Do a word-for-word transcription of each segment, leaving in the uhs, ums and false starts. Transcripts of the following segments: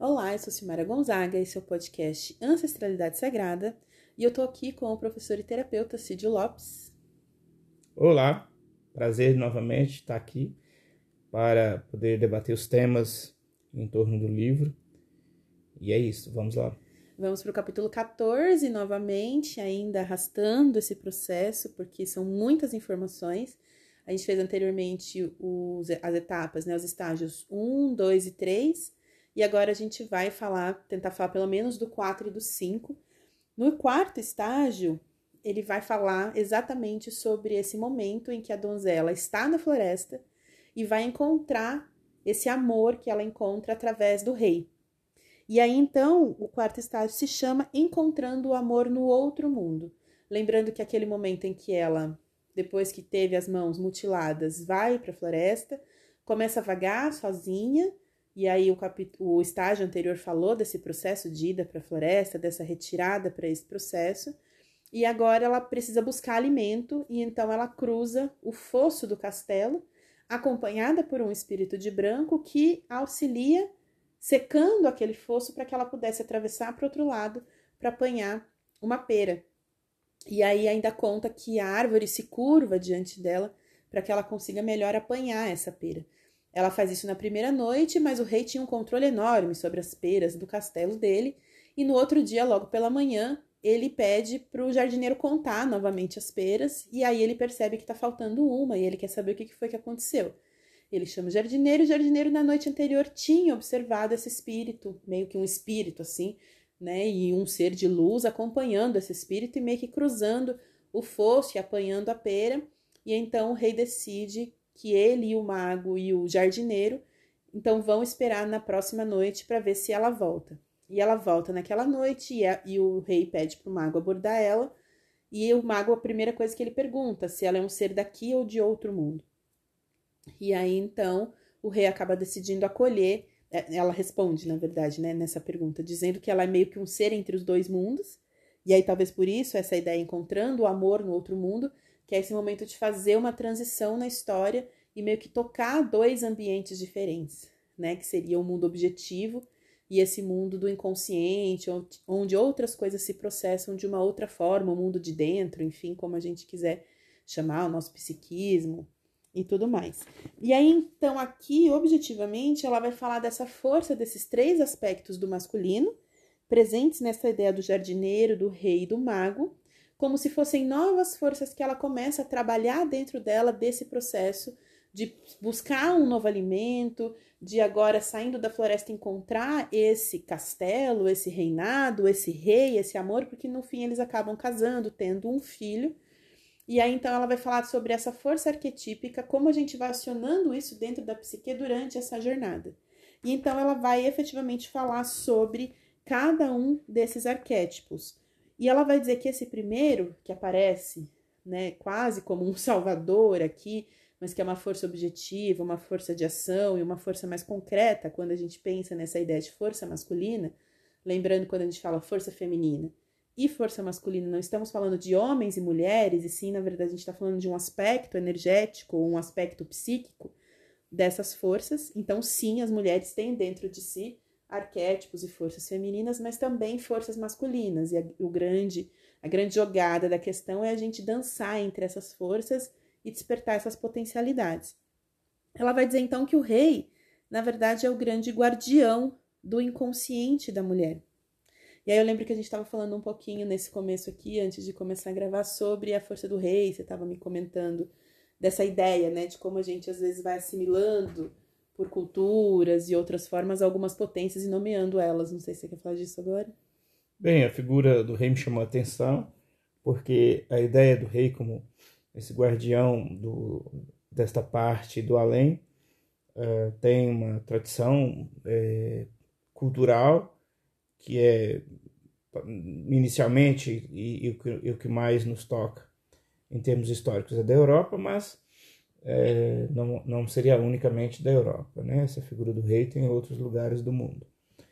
Olá, eu sou Silmara Gonzaga, esse é o podcast Ancestralidade Sagrada e eu tô aqui com o professor e terapeuta Cídio Lopes. Olá, prazer novamente estar aqui para poder debater os temas em torno do livro. E é isso, vamos lá. Vamos para o capítulo quatorze novamente, ainda arrastando esse processo, porque são muitas informações. A gente fez anteriormente os, as etapas, né, os estágios um, dois e três, e agora a gente vai falar, tentar falar pelo menos do quatro e do cinco. No quarto estágio, ele vai falar exatamente sobre esse momento em que a donzela está na floresta e vai encontrar esse amor que ela encontra através do rei. E aí, então, o quarto estágio se chama Encontrando o Amor no Outro Mundo. Lembrando que aquele momento em que ela, depois que teve as mãos mutiladas, vai para a floresta, começa a vagar sozinha, e aí o, capítulo, o estágio anterior falou desse processo de ida para a floresta, dessa retirada para esse processo, e agora ela precisa buscar alimento, e então ela cruza o fosso do castelo, acompanhada por um espírito de branco que auxilia secando aquele fosso para que ela pudesse atravessar para o outro lado para apanhar uma pera. E aí ainda conta que a árvore se curva diante dela para que ela consiga melhor apanhar essa pera. Ela faz isso na primeira noite, mas o rei tinha um controle enorme sobre as peras do castelo dele, e no outro dia, logo pela manhã, ele pede para o jardineiro contar novamente as peras, e aí ele percebe que está faltando uma, e ele quer saber o que foi que aconteceu. Ele chama o jardineiro, e o jardineiro na noite anterior tinha observado esse espírito, meio que um espírito assim, né, e um ser de luz acompanhando esse espírito e meio que cruzando o fosso e apanhando a pera, e então o rei decide que ele e o mago e o jardineiro então vão esperar na próxima noite para ver se ela volta. E ela volta naquela noite e, a, e o rei pede para o mago abordar ela, e o mago, a primeira coisa que ele pergunta, se ela é um ser daqui ou de outro mundo. E aí, então, o rei acaba decidindo acolher, ela responde, na verdade, né, nessa pergunta, dizendo que ela é meio que um ser entre os dois mundos, e aí talvez por isso essa ideia encontrando o amor no outro mundo, que é esse momento de fazer uma transição na história e meio que tocar dois ambientes diferentes, né, que seria o mundo objetivo e esse mundo do inconsciente, onde outras coisas se processam de uma outra forma, o mundo de dentro, enfim, como a gente quiser chamar, o nosso psiquismo, e tudo mais. E aí, então, aqui, objetivamente, ela vai falar dessa força desses três aspectos do masculino, presentes nessa ideia do jardineiro, do rei e do mago, como se fossem novas forças que ela começa a trabalhar dentro dela desse processo de buscar um novo alimento, de agora, saindo da floresta, encontrar esse castelo, esse reinado, esse rei, esse amor, porque no fim eles acabam casando, tendo um filho. E aí, então, ela vai falar sobre essa força arquetípica, como a gente vai acionando isso dentro da psique durante essa jornada. E então, ela vai efetivamente falar sobre cada um desses arquétipos. E ela vai dizer que esse primeiro, que aparece, né, quase como um salvador aqui, mas que é uma força objetiva, uma força de ação e uma força mais concreta, quando a gente pensa nessa ideia de força masculina, lembrando quando a gente fala força feminina e força masculina, não estamos falando de homens e mulheres, e sim, na verdade, a gente está falando de um aspecto energético, um aspecto psíquico dessas forças. Então, sim, as mulheres têm dentro de si arquétipos e forças femininas, mas também forças masculinas. E a, o grande, a grande jogada da questão é a gente dançar entre essas forças e despertar essas potencialidades. Ela vai dizer, então, que o rei, na verdade, é o grande guardião do inconsciente da mulher. E aí eu lembro que a gente estava falando um pouquinho nesse começo aqui, antes de começar a gravar, sobre a força do rei. Você estava me comentando dessa ideia, né, de como a gente às vezes vai assimilando por culturas e outras formas algumas potências e nomeando elas. Não sei se você quer falar disso agora. Bem, a figura do rei me chamou a atenção, porque a ideia do rei como esse guardião do, desta parte do além uh, tem uma tradição é, cultural que é inicialmente e, e, o que, e o que mais nos toca em termos históricos é da Europa, mas é, não, não seria unicamente da Europa, né? Essa figura do rei tem em outros lugares do mundo.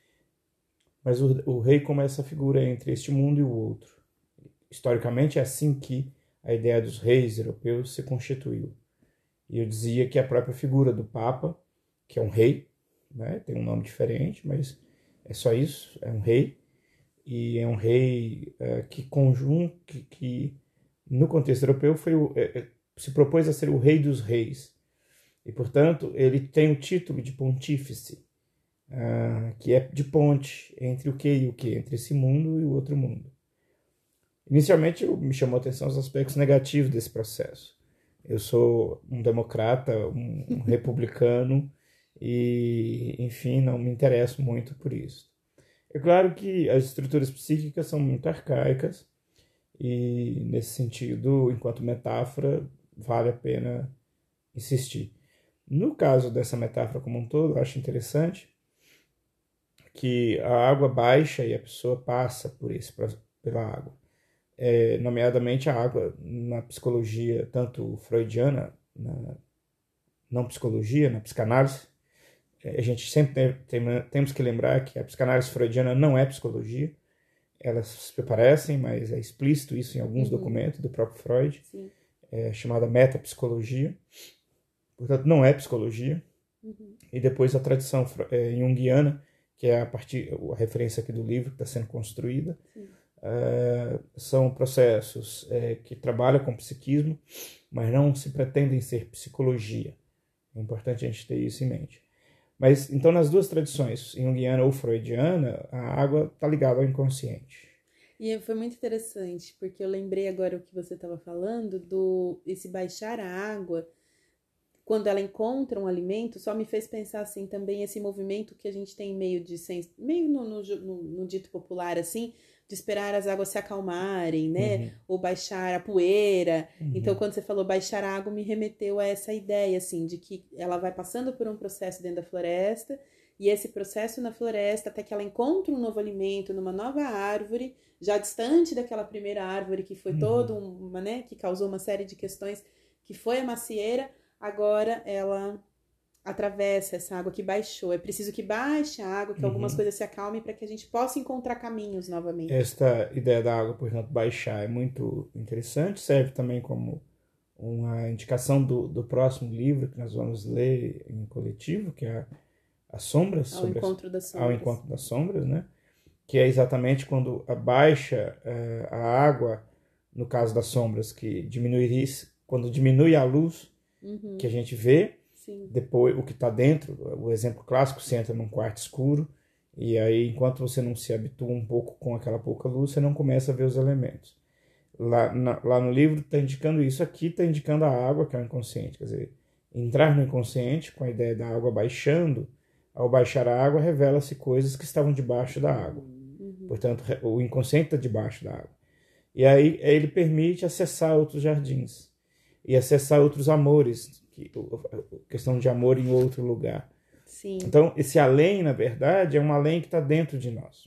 Mas o, o rei como essa figura entre este mundo e o outro. Historicamente é assim que a ideia dos reis europeus se constituiu. E eu dizia que a própria figura do Papa, que é um rei, né? Tem um nome diferente, mas É só isso, é um rei, e é um rei uh, que conjunto, que, que no contexto europeu foi o, é, se propôs a ser o rei dos reis. E, portanto, ele tem o título de pontífice, uh, que é de ponte entre o que e o que, entre esse mundo e o outro mundo. Inicialmente, me chamou a atenção os aspectos negativos desse processo. Eu sou um democrata, um, um republicano, e, enfim, não me interesso muito por isso. É claro que as estruturas psíquicas são muito arcaicas, e, nesse sentido, enquanto metáfora, vale a pena insistir. No caso dessa metáfora como um todo, eu acho interessante que a água baixa e a pessoa passa por isso, pela água. É, nomeadamente a água na psicologia, tanto freudiana, na não psicologia, na psicanálise. A gente sempre tem, tem, temos que lembrar que a psicanálise freudiana não é psicologia. Elas se parecem, mas é explícito isso em alguns uhum. documentos do próprio Freud, é, chamada metapsicologia. Portanto, não é psicologia. Uhum. E depois a tradição é, junguiana, que é a, partir, a referência aqui do livro que está sendo construída. Uh, são processos uh, que trabalham com psiquismo, mas não se pretendem ser psicologia. É importante a gente ter isso em mente. Mas, então, nas duas tradições, junguiana ou freudiana, a água está ligada ao inconsciente. E foi muito interessante, porque eu lembrei agora o que você estava falando, do esse baixar a água, quando ela encontra um alimento, só me fez pensar assim também esse movimento que a gente tem meio de meio no, no, no, no dito popular assim, de esperar as águas se acalmarem, né? Uhum. Ou baixar a poeira. Uhum. Então, quando você falou baixar a água, me remeteu a essa ideia, assim, de que ela vai passando por um processo dentro da floresta, e esse processo na floresta, até que ela encontra um novo alimento, numa nova árvore, já distante daquela primeira árvore que foi uhum. toda uma, né? Que causou uma série de questões, que foi a macieira, agora ela atravessa essa água que baixou. É preciso que baixe a água, que uhum. algumas coisas se acalmem para que a gente possa encontrar caminhos novamente. Esta ideia da água, portanto, baixar é muito interessante, serve também como uma indicação do, do próximo livro que nós vamos ler em coletivo, que é As Sombras. Ao Encontro as, das Sombras. Ao Encontro das Sombras, né? Que é exatamente quando abaixa eh, a água, no caso das sombras, que diminuiria, quando diminui a luz uhum. que a gente vê, Sim. depois o que está dentro, o exemplo clássico, você entra num quarto escuro, e aí enquanto você não se habitua um pouco com aquela pouca luz, você não começa a ver os elementos. Lá, na, lá no livro está indicando isso, aqui está indicando a água, que é o inconsciente, quer dizer, entrar no inconsciente com a ideia da água baixando, ao baixar a água revela-se coisas que estavam debaixo da água. Uhum. Portanto, o inconsciente está debaixo da água. E aí ele permite acessar outros jardins e acessar outros amores, que, questão de amor em outro lugar. Sim. Então, esse além, na verdade, é um além que está dentro de nós.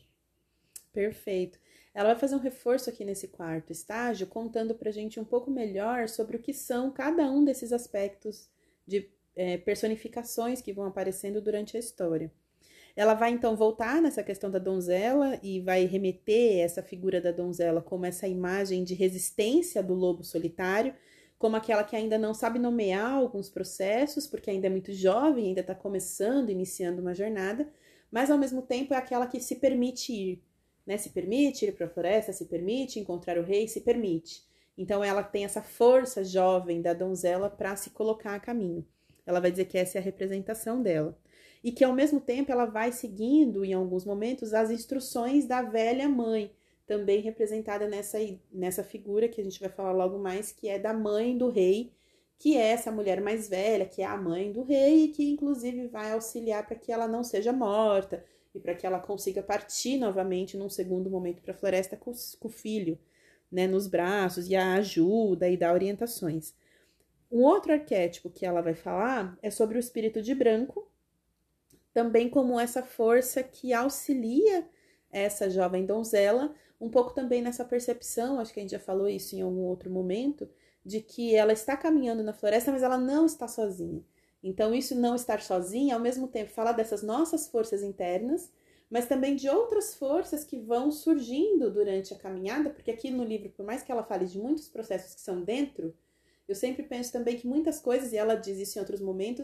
Perfeito. Ela vai fazer um reforço aqui nesse quarto estágio, contando para a gente um pouco melhor sobre o que são cada um desses aspectos de é, personificações que vão aparecendo durante a história. Ela vai, então, voltar nessa questão da donzela e vai remeter essa figura da donzela como essa imagem de resistência do lobo solitário, como aquela que ainda não sabe nomear alguns processos, porque ainda é muito jovem, ainda está começando, iniciando uma jornada, mas, ao mesmo tempo, é aquela que se permite ir, né? Se permite ir para a floresta, se permite encontrar o rei, se permite. Então, ela tem essa força jovem da donzela para se colocar a caminho. Ela vai dizer que essa é a representação dela. E que, ao mesmo tempo, ela vai seguindo, em alguns momentos, as instruções da velha mãe, também representada nessa, nessa figura que a gente vai falar logo mais, que é da mãe do rei, que é essa mulher mais velha, que é a mãe do rei, e que, inclusive, vai auxiliar para que ela não seja morta e para que ela consiga partir novamente, num segundo momento, para a floresta com, com o filho, né, nos braços, e a ajuda e dá orientações. Um outro arquétipo que ela vai falar é sobre o espírito de branco, também como essa força que auxilia essa jovem donzela, um pouco também nessa percepção, acho que a gente já falou isso em algum outro momento, de que ela está caminhando na floresta, mas ela não está sozinha. Então, isso não estar sozinha, ao mesmo tempo, falar dessas nossas forças internas, mas também de outras forças que vão surgindo durante a caminhada, porque aqui no livro, por mais que ela fale de muitos processos que são dentro, eu sempre penso também que muitas coisas, e ela diz isso em outros momentos,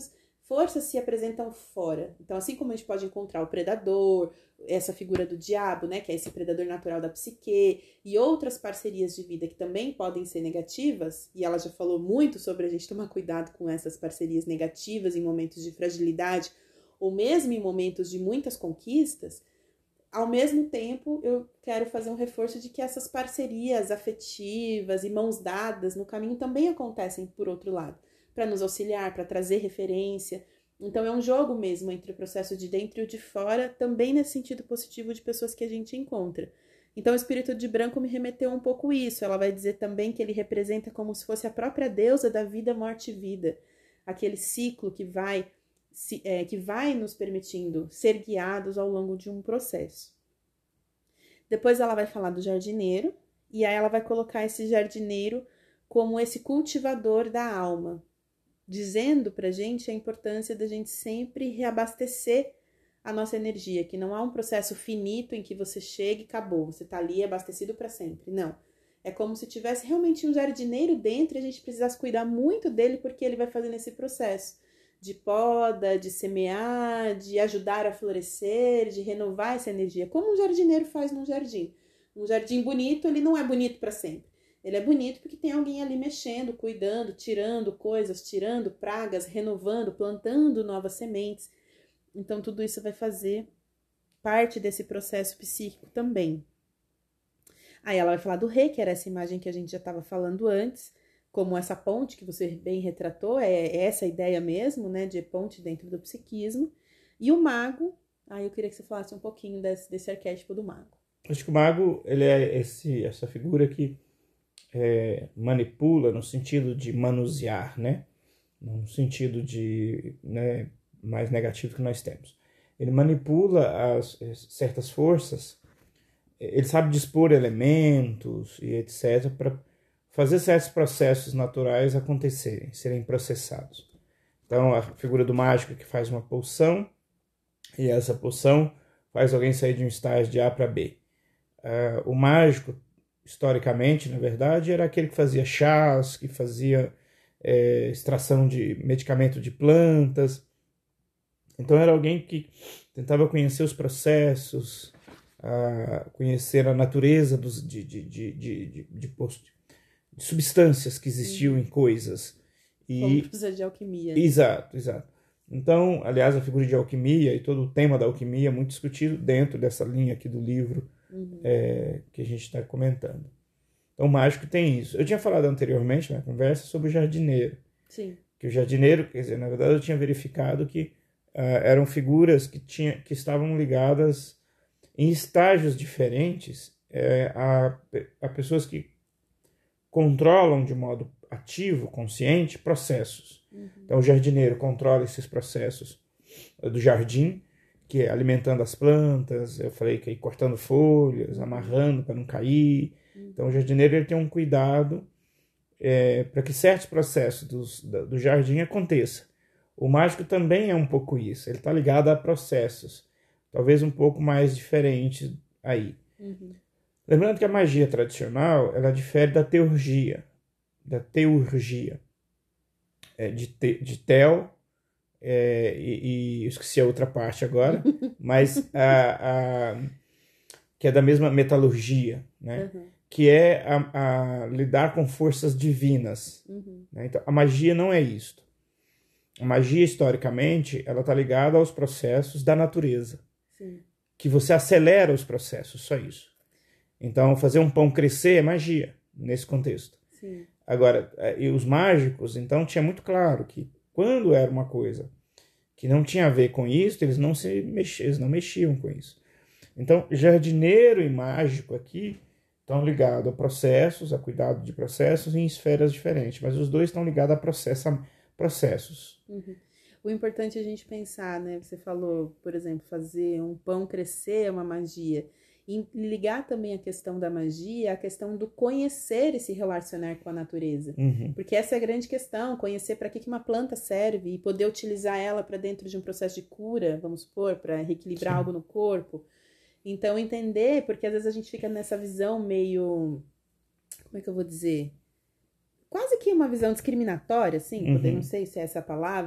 forças se apresentam fora. Então, assim como a gente pode encontrar o predador, essa figura do diabo, né, que é esse predador natural da psique, e outras parcerias de vida que também podem ser negativas, e ela já falou muito sobre a gente tomar cuidado com essas parcerias negativas em momentos de fragilidade, ou mesmo em momentos de muitas conquistas. Ao mesmo tempo, eu quero fazer um reforço de que essas parcerias afetivas e mãos dadas no caminho também acontecem por outro lado, para nos auxiliar, para trazer referência. Então é um jogo mesmo entre o processo de dentro e o de fora, também nesse sentido positivo de pessoas que a gente encontra. Então o espírito de branco me remeteu um pouco isso. Ela vai dizer também que ele representa como se fosse a própria deusa da vida, morte e vida. Aquele ciclo que vai, é, que vai nos permitindo ser guiados ao longo de um processo. Depois ela vai falar do jardineiro, e aí ela vai colocar esse jardineiro como esse cultivador da alma, dizendo pra gente a importância da gente sempre reabastecer a nossa energia, que não há um processo finito em que você chega e acabou, você tá ali abastecido para sempre. Não. É como se tivesse realmente um jardineiro dentro e a gente precisasse cuidar muito dele, porque ele vai fazendo esse processo de poda, de semear, de ajudar a florescer, de renovar essa energia, como um jardineiro faz num jardim. Um jardim bonito, ele não é bonito para sempre. Ele é bonito porque tem alguém ali mexendo, cuidando, tirando coisas, tirando pragas, renovando, plantando novas sementes. Então, tudo isso vai fazer parte desse processo psíquico também. Aí ela vai falar do rei, que era essa imagem que a gente já estava falando antes, como essa ponte que você bem retratou, é essa ideia mesmo, né, de ponte dentro do psiquismo. E o mago, aí eu queria que você falasse um pouquinho desse, desse arquétipo do mago. Acho que o mago, ele é esse, essa figura que é, manipula no sentido de manusear, né? No sentido de, né, mais negativo que nós temos. Ele manipula as, certas forças, ele sabe dispor elementos e etcétera para fazer certos processos naturais acontecerem, serem processados. Então, a figura do mágico que faz uma poção, e essa poção faz alguém sair de um estágio de A para B. Uh, o mágico, historicamente, na verdade, era aquele que fazia chás, que fazia é, extração de medicamento de plantas. Então era alguém que tentava conhecer os processos, uh, conhecer a natureza dos, de, de, de, de, de, de, de substâncias que existiam uhum. em coisas. E... Como precisa de alquimia. Né? Exato, exato. Então, aliás, a figura de alquimia e todo o tema da alquimia é muito discutido dentro dessa linha aqui do livro uhum. é, que a gente está comentando. Então, o mágico tem isso. Eu tinha falado anteriormente na conversa sobre o jardineiro. Sim. Que o jardineiro, quer dizer, na verdade eu tinha verificado que uh, eram figuras que, tinha, que estavam ligadas em estágios diferentes é, a, a pessoas que controlam de modo ativo, consciente, processos. Uhum. Então, o jardineiro controla esses processos do jardim, que é alimentando as plantas, eu falei que é cortando folhas, uhum. amarrando para não cair. Uhum. Então, o jardineiro ele tem um cuidado é, para que certos processos dos, do jardim aconteçam. O mágico também é um pouco isso, ele está ligado a processos, talvez um pouco mais diferentes aí. Uhum. Lembrando que a magia tradicional, ela difere da teurgia, da teurgia, é, de, te, de tel, é, e, e esqueci a outra parte agora, mas a, a, que é da mesma metalurgia, né? Uhum. Que é a, a lidar com forças divinas. Uhum. Né? Então, a magia não é isto. A magia, historicamente, ela está ligada aos processos da natureza. Sim. Que você acelera os processos, só isso. Então, fazer um pão crescer é magia, nesse contexto. Sim. Agora, e os mágicos, então, tinha muito claro que quando era uma coisa que não tinha a ver com isso, eles não se mexiam, eles não mexiam com isso. Então, jardineiro e mágico aqui estão ligados a processos, a cuidado de processos em esferas diferentes, mas os dois estão ligados a, processo, a processos. Uhum. O importante é a gente pensar, né? Você falou, por exemplo, fazer um pão crescer é uma magia. E ligar também a questão da magia, a questão do conhecer e se relacionar com a natureza. Uhum. Porque essa é a grande questão, conhecer para que uma planta serve e poder utilizar ela para dentro de um processo de cura, vamos supor, para reequilibrar Sim. algo no corpo. Então, entender, porque às vezes a gente fica nessa visão meio, como é que eu vou dizer? Quase que uma visão discriminatória, assim, uhum. poder, não sei se é essa a palavra,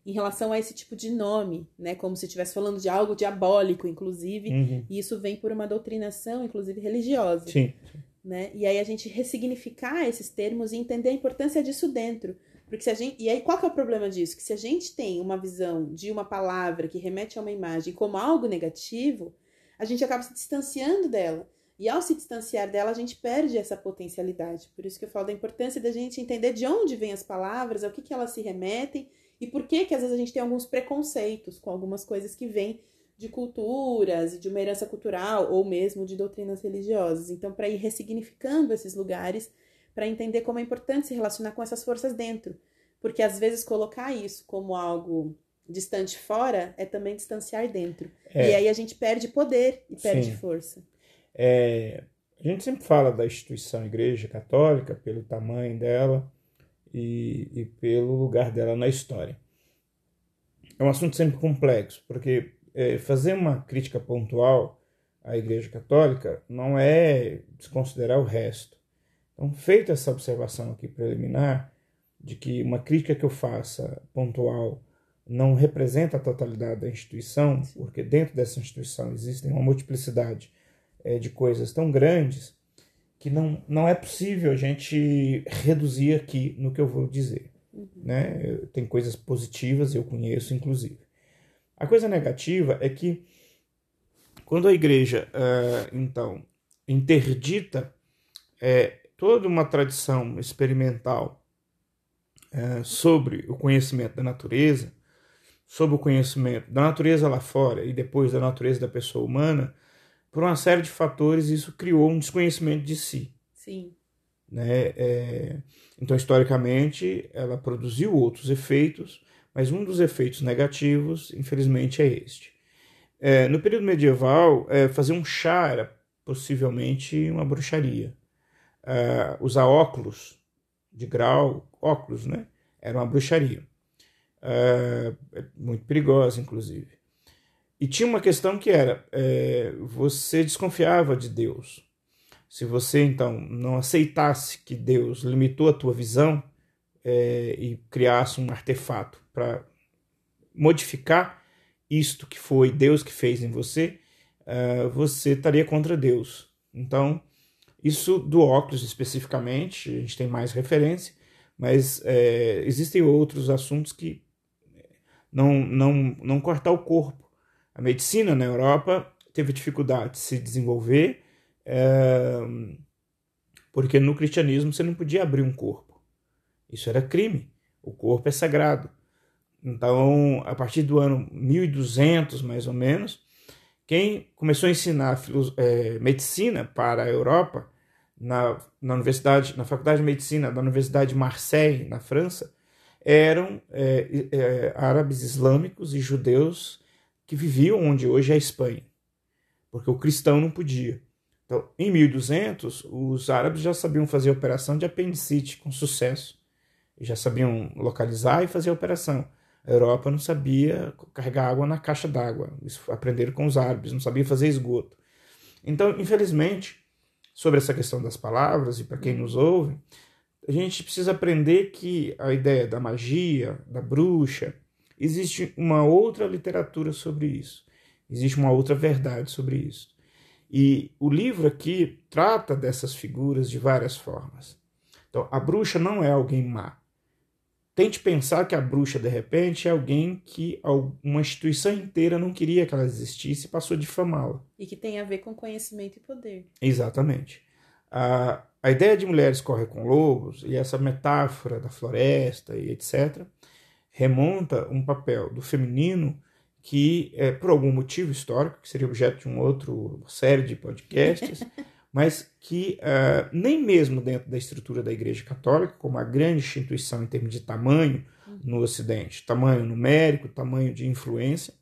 em relação a esse tipo de nome, né? Como se estivesse falando de algo diabólico, inclusive, Uhum. e isso vem por uma doutrinação, inclusive religiosa. Sim. Né? E aí a gente ressignificar esses termos e entender a importância disso dentro. Porque se a gente... E aí qual que é o problema disso? Que se a gente tem uma visão de uma palavra que remete a uma imagem como algo negativo, a gente acaba se distanciando dela. E ao se distanciar dela, a gente perde essa potencialidade. Por isso que eu falo da importância da gente entender de onde vêm as palavras, ao que, que elas se remetem, e por que que às vezes a gente tem alguns preconceitos com algumas coisas que vêm de culturas, de uma herança cultural, ou mesmo de doutrinas religiosas. Então, para ir ressignificando esses lugares, para entender como é importante se relacionar com essas forças dentro. Porque às vezes colocar isso como algo distante fora é também distanciar dentro. É. E aí a gente perde poder e perde Sim. força. É, a gente sempre fala da instituição Igreja Católica pelo tamanho dela e, e pelo lugar dela na história. É um assunto sempre complexo, porque é, fazer uma crítica pontual à Igreja Católica não é desconsiderar o resto. Então, feita essa observação aqui preliminar, de que uma crítica que eu faça pontual não representa a totalidade da instituição, Sim. porque dentro dessa instituição existem uma multiplicidade de coisas tão grandes que não, não é possível a gente reduzir aqui no que eu vou dizer. Uhum. Né? Tem coisas positivas, eu conheço, inclusive. A coisa negativa é que quando a igreja, uh, então, interdita é, toda uma tradição experimental uh, sobre o conhecimento da natureza, sobre o conhecimento da natureza lá fora e depois da natureza da pessoa humana, por uma série de fatores, isso criou um desconhecimento de si. Sim. Né? É, então, historicamente, ela produziu outros efeitos, mas um dos efeitos negativos, infelizmente, é este. É, no período medieval, é, fazer um chá era possivelmente uma bruxaria. É, usar óculos de grau, óculos, né? Era uma bruxaria. É, muito perigosa, inclusive. E tinha uma questão que era, é, você desconfiava de Deus. Se você, então, não aceitasse que Deus limitou a tua visão é, e criasse um artefato para modificar isto que foi Deus que fez em você, é, você estaria contra Deus. Então, isso do óculos especificamente, a gente tem mais referência, mas é, existem outros assuntos que não, não, não cortar o corpo. A medicina na Europa teve dificuldade de se desenvolver é, porque no cristianismo você não podia abrir um corpo. Isso era crime. O corpo é sagrado. Então, a partir do ano mil e duzentos, mais ou menos, quem começou a ensinar é, medicina para a Europa, na, na, universidade, na Faculdade de Medicina da Universidade de Marseille, na França, eram é, é, árabes islâmicos e judeus que viviam onde hoje é a Espanha, porque o cristão não podia. Então, em mil e duzentos, os árabes já sabiam fazer a operação de apendicite com sucesso, já sabiam localizar e fazer a operação. A Europa não sabia carregar água na caixa d'água, isso aprenderam com os árabes, não sabia fazer esgoto. Então, infelizmente, sobre essa questão das palavras, e para quem nos ouve, a gente precisa aprender que a ideia da magia, da bruxa, existe uma outra literatura sobre isso. Existe uma outra verdade sobre isso. E o livro aqui trata dessas figuras de várias formas. Então, a bruxa não é alguém má. Tente pensar que a bruxa, de repente, é alguém que uma instituição inteira não queria que ela existisse e passou a difamá-la. E que tem a ver com conhecimento e poder. Exatamente. A, a ideia de mulheres corre com lobos e essa metáfora da floresta e etcétera remonta um papel do feminino que, é, por algum motivo histórico, que seria objeto de uma outra série de podcasts, mas que uh, nem mesmo dentro da estrutura da Igreja Católica, como a grande instituição em termos de tamanho no Ocidente, tamanho numérico, tamanho de influência,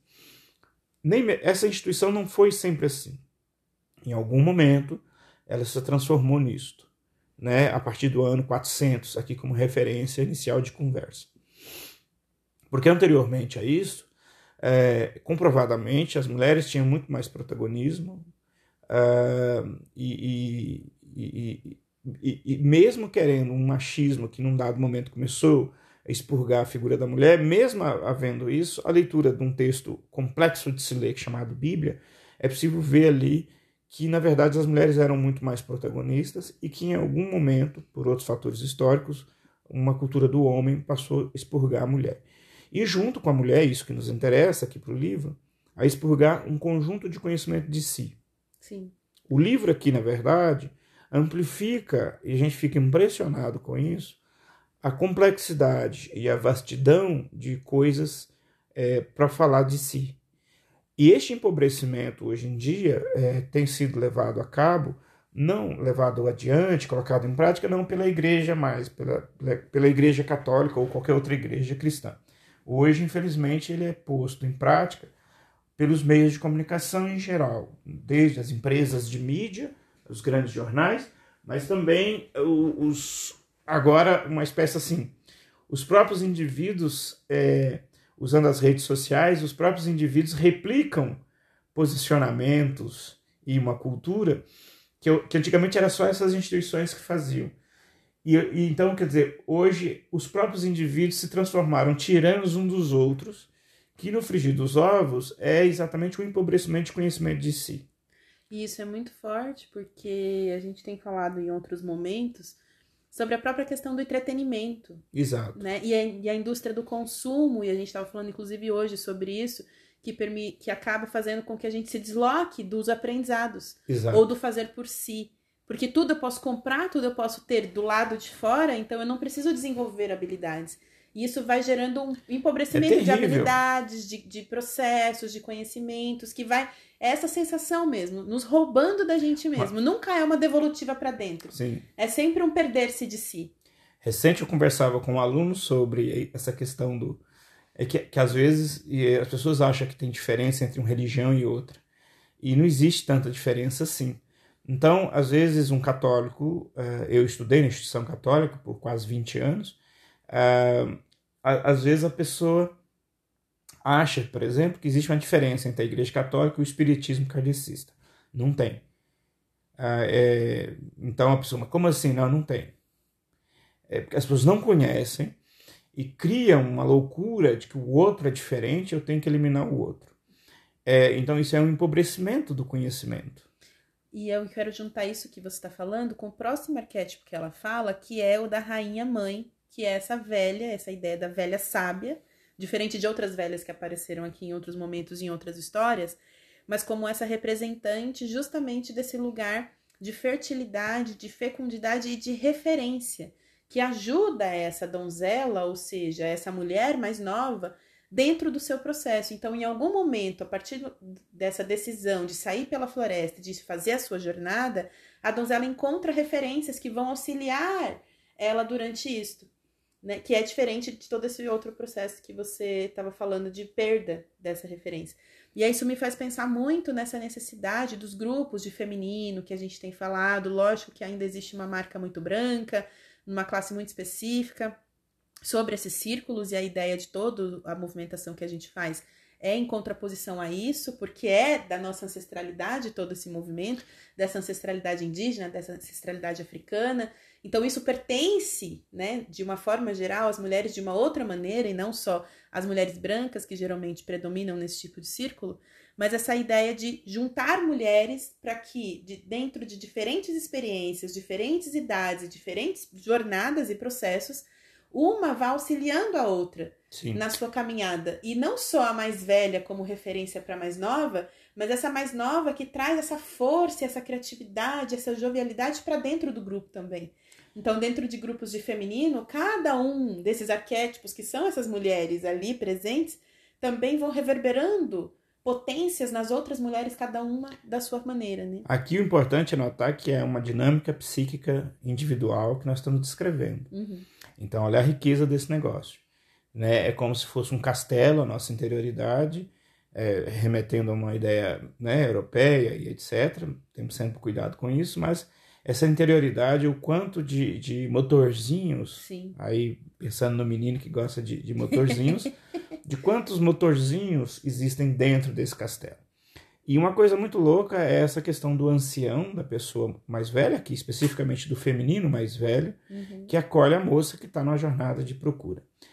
nem essa instituição não foi sempre assim. Em algum momento, ela se transformou nisto, né, a partir do ano quatrocentos, aqui como referência inicial de conversa. Porque anteriormente a isso, é, comprovadamente, as mulheres tinham muito mais protagonismo, uh, e, e, e, e, e mesmo querendo um machismo que num dado momento começou expurgar a figura da mulher. Mesmo havendo isso, a leitura de um texto complexo de se ler, chamado Bíblia, é possível ver ali que, na verdade, as mulheres eram muito mais protagonistas e que, em algum momento, por outros fatores históricos, uma cultura do homem passou a expurgar a mulher. E junto com a mulher, isso que nos interessa aqui para o livro, a expurgar um conjunto de conhecimento de si. Sim. O livro aqui, na verdade, amplifica, e a gente fica impressionado com isso, a complexidade e a vastidão de coisas é, para falar de si. E este empobrecimento, hoje em dia, é, tem sido levado a cabo, não levado adiante, colocado em prática, não pela igreja mais, pela, pela igreja católica ou qualquer outra igreja cristã. Hoje, infelizmente, ele é posto em prática pelos meios de comunicação em geral, desde as empresas de mídia, os grandes jornais, mas também os, agora uma espécie assim, os próprios indivíduos, é, usando as redes sociais, os próprios indivíduos replicam posicionamentos e uma cultura que, que antigamente era só essas instituições que faziam. E, e então, quer dizer, hoje os próprios indivíduos se transformaram tiranos uns dos outros, que no frigir dos ovos é exatamente o empobrecimento de conhecimento de si. E isso é muito forte, porque a gente tem falado em outros momentos sobre a própria questão do entretenimento. Exato. Né? E, a, e a indústria do consumo, e a gente estava falando inclusive hoje sobre isso, que, permi, que acaba fazendo com que a gente se desloque dos aprendizados. Exato. Ou do fazer por si. Porque tudo eu posso comprar, tudo eu posso ter do lado de fora, então eu não preciso desenvolver habilidades. E isso vai gerando um empobrecimento é de habilidades, de, de processos, de conhecimentos, que vai... É essa sensação mesmo, nos roubando da gente mesmo. Mas... Nunca é uma devolutiva para dentro. Sim. É sempre um perder-se de si. Recente eu conversava com um aluno sobre essa questão do... É que, que às vezes e as pessoas acham que tem diferença entre uma religião e outra. E não existe tanta diferença assim. Então, às vezes, um católico... Eu estudei na instituição católica por quase vinte anos. Às vezes a pessoa acha, por exemplo, que existe uma diferença entre a Igreja Católica e o Espiritismo kardecista. Não tem. É, então a pessoa, mas como assim? Não, não tem. É porque as pessoas não conhecem e criam uma loucura de que o outro é diferente, eu tenho que eliminar o outro. É, então isso é um empobrecimento do conhecimento. E eu quero juntar isso que você está falando com o próximo arquétipo que ela fala, que é o da rainha-mãe, que é essa velha, essa ideia da velha sábia, diferente de outras velhas que apareceram aqui em outros momentos, em outras histórias, mas como essa representante justamente desse lugar de fertilidade, de fecundidade e de referência, que ajuda essa donzela, ou seja, essa mulher mais nova, dentro do seu processo. Então, em algum momento, a partir dessa decisão de sair pela floresta, de fazer a sua jornada, a donzela encontra referências que vão auxiliar ela durante isto. Né, que é diferente de todo esse outro processo que você estava falando de perda dessa referência. E aí isso me faz pensar muito nessa necessidade dos grupos de feminino que a gente tem falado. Lógico que ainda existe uma marca muito branca, numa classe muito específica, sobre esses círculos, e a ideia de toda a movimentação que a gente faz é em contraposição a isso, porque é da nossa ancestralidade todo esse movimento, dessa ancestralidade indígena, dessa ancestralidade africana. Então isso pertence, né, de uma forma geral, às mulheres de uma outra maneira, e não só as mulheres brancas, que geralmente predominam nesse tipo de círculo, mas essa ideia de juntar mulheres para que, de, dentro de diferentes experiências, diferentes idades, diferentes jornadas e processos, uma vá auxiliando a outra. Sim. Na sua caminhada. E não só a mais velha como referência para a mais nova, mas essa mais nova que traz essa força, essa criatividade, essa jovialidade para dentro do grupo também. Então, dentro de grupos de feminino, cada um desses arquétipos, que são essas mulheres ali presentes, também vão reverberando potências nas outras mulheres, cada uma da sua maneira, né? Aqui o importante é notar que é uma dinâmica psíquica individual que nós estamos descrevendo. Uhum. Então, olha a riqueza desse negócio. Né? É como se fosse um castelo, a nossa interioridade, é, remetendo a uma ideia, né, europeia e etcétera. Temos sempre cuidado com isso, mas essa interioridade, o quanto de, de motorzinhos, Sim. aí pensando no menino que gosta de, de motorzinhos, de quantos motorzinhos existem dentro desse castelo. E uma coisa muito louca é essa questão do ancião, da pessoa mais velha, aqui especificamente do feminino mais velho, uhum. que acolhe a moça que está numa jornada de procura.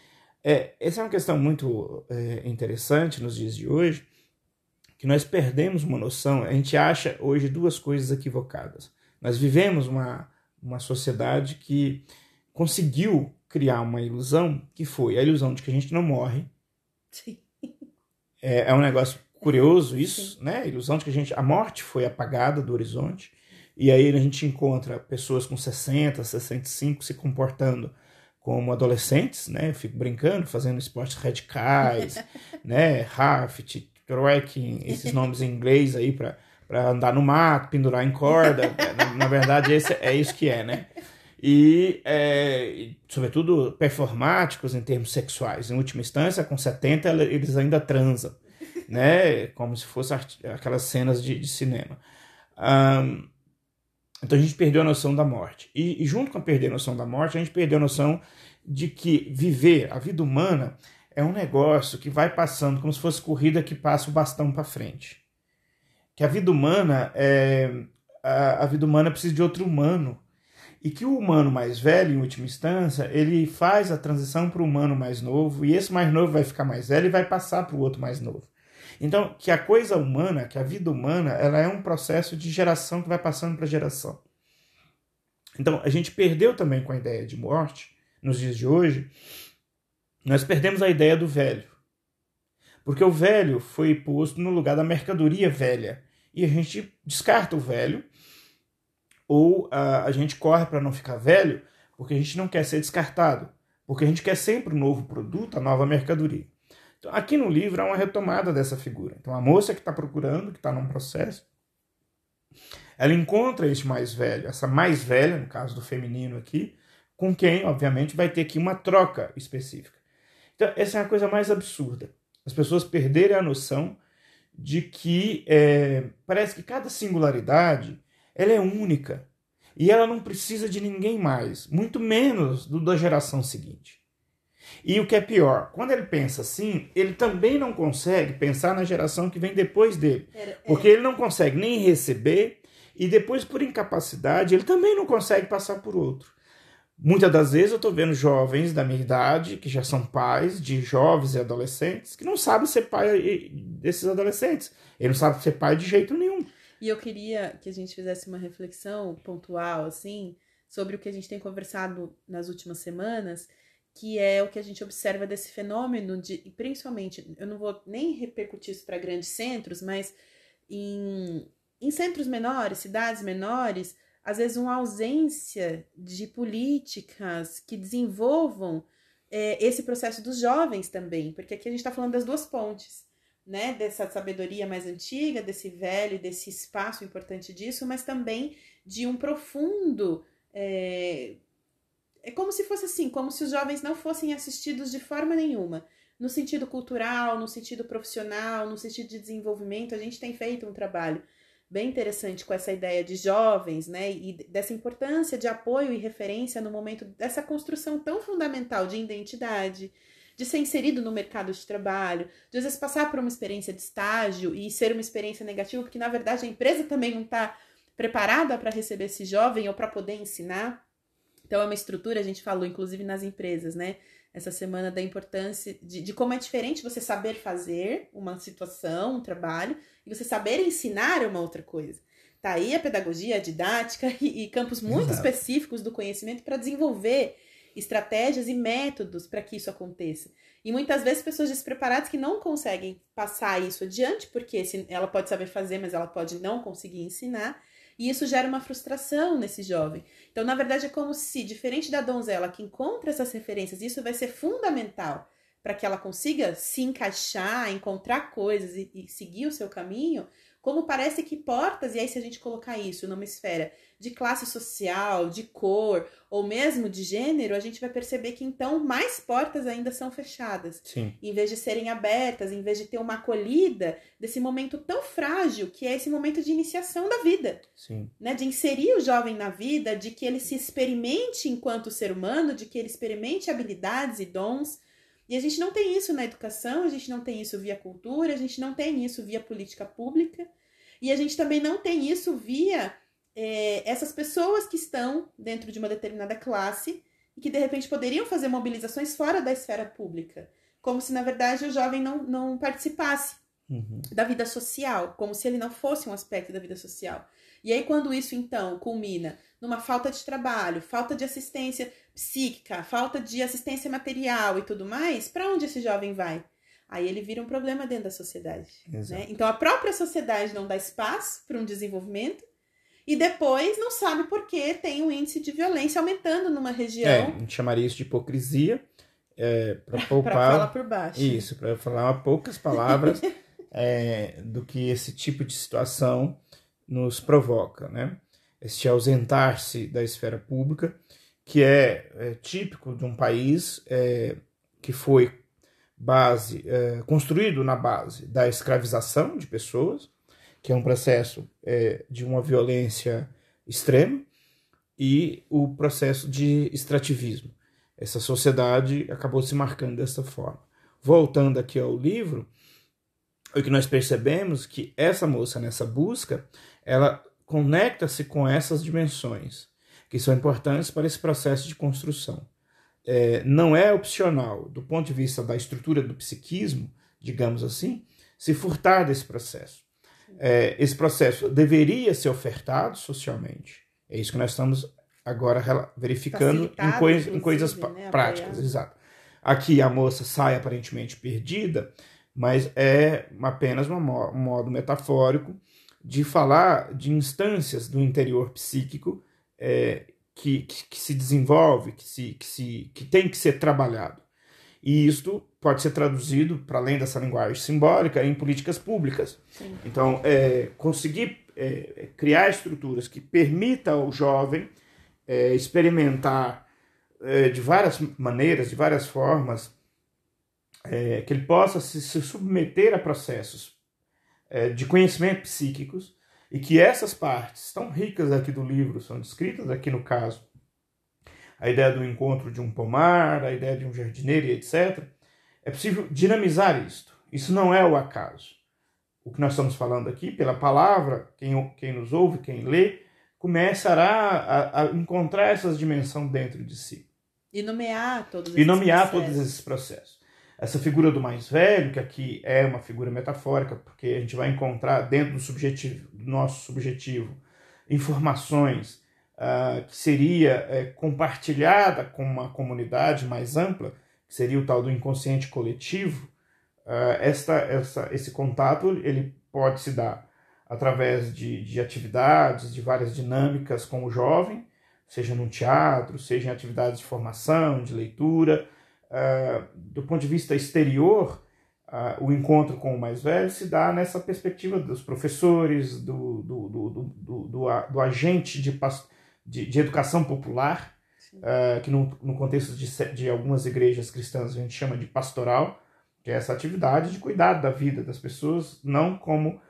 É, essa é uma questão muito é, interessante nos dias de hoje, que nós perdemos uma noção, a gente acha hoje duas coisas equivocadas. Nós vivemos uma, uma sociedade que conseguiu criar uma ilusão, que foi a ilusão de que a gente não morre. Sim. É, é um negócio curioso isso, Sim. né? A ilusão de que a, gente, a morte foi apagada do horizonte, e aí a gente encontra pessoas com sessenta, sessenta e cinco se comportando como adolescentes, né? Eu fico brincando, fazendo esportes radicais, né? Raft, trekking, esses nomes em inglês aí para andar no mato, pendurar em corda. Na, na verdade, esse, é isso que é, né? E, é, sobretudo, performáticos em termos sexuais. Em última instância, com setenta, eles ainda transam, né? Como se fossem aquelas cenas de, de cinema. Um, então, a gente perdeu a noção da morte. E, e, junto com a perder a noção da morte, a gente perdeu a noção de que viver a vida humana é um negócio que vai passando como se fosse corrida que passa o bastão para frente. Que a vida humana é, a, a vida humana precisa de outro humano. E que o humano mais velho, em última instância, ele faz a transição para o humano mais novo, e esse mais novo vai ficar mais velho e vai passar para o outro mais novo. Então, que a coisa humana, que a vida humana, ela é um processo de geração que vai passando para geração. Então, a gente perdeu também com a ideia de morte, nos dias de hoje, nós perdemos a ideia do velho. Porque o velho foi posto no lugar da mercadoria velha. E a gente descarta o velho, ou a, a gente corre para não ficar velho, porque a gente não quer ser descartado. Porque a gente quer sempre um novo produto, a nova mercadoria. Então, aqui no livro há uma retomada dessa figura. Então, a moça que está procurando, que está num processo, ela encontra este mais velho, essa mais velha, no caso do feminino aqui, com quem, obviamente, vai ter aqui uma troca específica. Então, essa é a coisa mais absurda. As pessoas perderem a noção de que é, parece que cada singularidade ela é única e ela não precisa de ninguém mais, muito menos do da geração seguinte. E o que é pior, quando ele pensa assim, ele também não consegue pensar na geração que vem depois dele, porque ele não consegue nem receber e depois, por incapacidade, ele também não consegue passar por outro. Muitas das vezes eu estou vendo jovens da minha idade, que já são pais de jovens e adolescentes, que não sabem ser pai desses adolescentes. Ele não sabe ser pai de jeito nenhum. E eu queria que a gente fizesse uma reflexão pontual, assim, sobre o que a gente tem conversado nas últimas semanas, que é o que a gente observa desse fenômeno, de, principalmente, eu não vou nem repercutir isso para grandes centros, mas em, em centros menores, cidades menores, às vezes uma ausência de políticas que desenvolvam é, esse processo dos jovens também, porque aqui a gente está falando das duas pontes, né, dessa sabedoria mais antiga, desse velho, desse espaço importante disso, mas também de um profundo... É, é como se fosse assim, como se os jovens não fossem assistidos de forma nenhuma, no sentido cultural, no sentido profissional, no sentido de desenvolvimento. A gente tem feito um trabalho bem interessante com essa ideia de jovens, né, e dessa importância de apoio e referência no momento dessa construção tão fundamental de identidade, de ser inserido no mercado de trabalho, de às vezes passar por uma experiência de estágio e ser uma experiência negativa, porque na verdade a empresa também não está preparada para receber esse jovem ou para poder ensinar. Então é uma estrutura, a gente falou inclusive nas empresas, né, essa semana da importância de, de como é diferente você saber fazer uma situação, um trabalho, e você saber ensinar uma outra coisa. Tá aí a pedagogia, a didática e, e campos muito Exato. Específicos do conhecimento para desenvolver estratégias e métodos para que isso aconteça. E muitas vezes pessoas despreparadas que não conseguem passar isso adiante, porque ela pode saber fazer, mas ela pode não conseguir ensinar, e isso gera uma frustração nesse jovem. Então, na verdade, é como se, diferente da donzela que encontra essas referências, isso vai ser fundamental para que ela consiga se encaixar, encontrar coisas e, e seguir o seu caminho, como parece que portas, e aí se a gente colocar isso numa esfera de classe social, de cor, ou mesmo de gênero, a gente vai perceber que então mais portas ainda são fechadas. Sim. Em vez de serem abertas, em vez de ter uma acolhida desse momento tão frágil, que é esse momento de iniciação da vida. Sim. Né? De inserir o jovem na vida, de que ele se experimente enquanto ser humano, de que ele experimente habilidades e dons. E a gente não tem isso na educação, a gente não tem isso via cultura, a gente não tem isso via política pública, e a gente também não tem isso via é, essas pessoas que estão dentro de uma determinada classe e que de repente poderiam fazer mobilizações fora da esfera pública, como se na verdade o jovem não, não participasse uhum. da vida social, como se ele não fosse um aspecto da vida social. E aí quando isso então culmina numa falta de trabalho, falta de assistência psíquica, falta de assistência material e tudo mais, para onde esse jovem vai? Aí ele vira um problema dentro da sociedade. Né? Então a própria sociedade não dá espaço para um desenvolvimento e depois não sabe por que tem um índice de violência aumentando numa região. É, a gente chamaria isso de hipocrisia. É, para poupar... falar por baixo. Isso, para falar poucas palavras é, do que esse tipo de situação nos provoca, né? Este ausentar-se da esfera pública, que é, é típico de um país é, que foi base, é, construído na base da escravização de pessoas, que é um processo é, de uma violência extrema, e o processo de extrativismo. Essa sociedade acabou se marcando dessa forma. Voltando aqui ao livro, o que nós percebemos é que essa moça, nessa busca, ela conecta-se com essas dimensões, que são importantes para esse processo de construção. É, não é opcional, do ponto de vista da estrutura do psiquismo, digamos assim, se furtar desse processo. É, esse processo deveria ser ofertado socialmente. É isso que nós estamos agora verificando em, coi em coisas né, práticas. Apoiar. Exato. Aqui a moça sai aparentemente perdida, mas é apenas um modo metafórico de falar de instâncias do interior psíquico é, que, que, que se desenvolve, que, se, que, se, que tem que ser trabalhado. E isto pode ser traduzido, para além dessa linguagem simbólica, em políticas públicas. Sim. Então, é, conseguir é, criar estruturas que permitam ao jovem é, experimentar é, de várias maneiras, de várias formas, é, que ele possa se, se submeter a processos é, de conhecimento psíquicos, e que essas partes tão ricas aqui do livro são descritas aqui no caso, a ideia do encontro de um pomar, a ideia de um jardineiro e etcétera, é possível dinamizar isto. Isso não é o acaso. O que nós estamos falando aqui, pela palavra, quem, quem nos ouve, quem lê, começará a, a encontrar essas dimensões dentro de si. E nomear todos esses E nomear processos. todos esses processos. Essa figura do mais velho, que aqui é uma figura metafórica, porque a gente vai encontrar dentro do, subjetivo, do nosso subjetivo informações Uh, que seria é, compartilhada com uma comunidade mais ampla, que seria o tal do inconsciente coletivo, uh, esta, essa, esse contato ele pode se dar através de, de atividades, de várias dinâmicas com o jovem, seja no teatro, seja em atividades de formação, de leitura. Uh, do ponto de vista exterior, uh, o encontro com o mais velho se dá nessa perspectiva dos professores, do, do, do, do, do, do, do agente de pastor, De, de educação popular, uh, que no, no contexto de, de algumas igrejas cristãs a gente chama de pastoral, que é essa atividade de cuidar da vida das pessoas, não como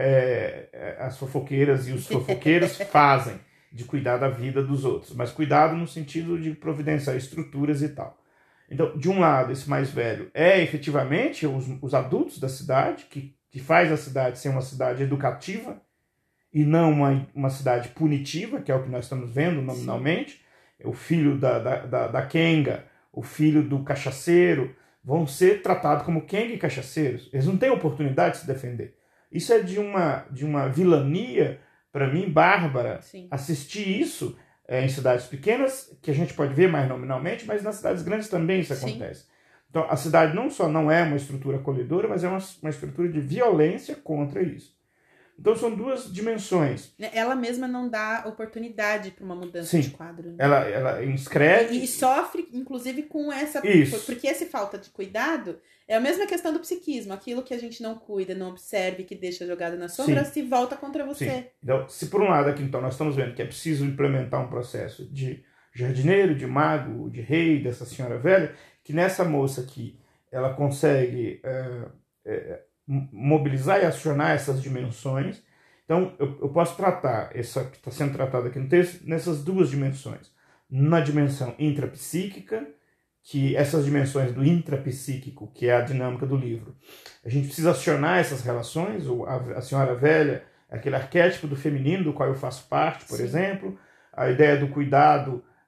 é, as fofoqueiras e os fofoqueiros fazem, de cuidar da vida dos outros, mas cuidado no sentido de providenciar estruturas e tal. Então, de um lado, esse mais velho é efetivamente os, os adultos da cidade, que, que faz a cidade ser uma cidade educativa, e não uma, uma cidade punitiva, que é o que nós estamos vendo nominalmente. Sim. O filho da, da, da, da Kenga, o filho do cachaceiro, vão ser tratados como Kenga e cachaceiros. Eles não têm oportunidade de se defender. Isso é de uma, de uma vilania, para mim, bárbara. Sim. Assistir isso é, em cidades pequenas, que a gente pode ver mais nominalmente, mas nas cidades grandes também isso Sim. acontece. Então, a cidade não só não é uma estrutura acolhedora, mas é uma, uma estrutura de violência contra isso. Então são duas dimensões. Ela mesma não dá oportunidade para uma mudança Sim, de quadro. Né? Ela, ela inscreve... E, e sofre, inclusive, com essa... Isso. Porque essa falta de cuidado é a mesma questão do psiquismo. Aquilo que a gente não cuida, não observe, que deixa jogado na sombra, Sim. se volta contra você. Sim. Então, se por um lado aqui, então, nós estamos vendo que é preciso implementar um processo de jardineiro, de mago, de rei, dessa senhora velha, que nessa moça aqui, ela consegue... É, é, mobilizar e acionar essas dimensões. Então, eu, eu posso tratar, essa que está sendo tratada aqui no texto, nessas duas dimensões. Na dimensão intrapsíquica, que essas dimensões do intrapsíquico, que é a dinâmica do livro, a gente precisa acionar essas relações. A, a senhora velha, aquele arquétipo do feminino, do qual eu faço parte, por Sim. exemplo, a ideia do cuidado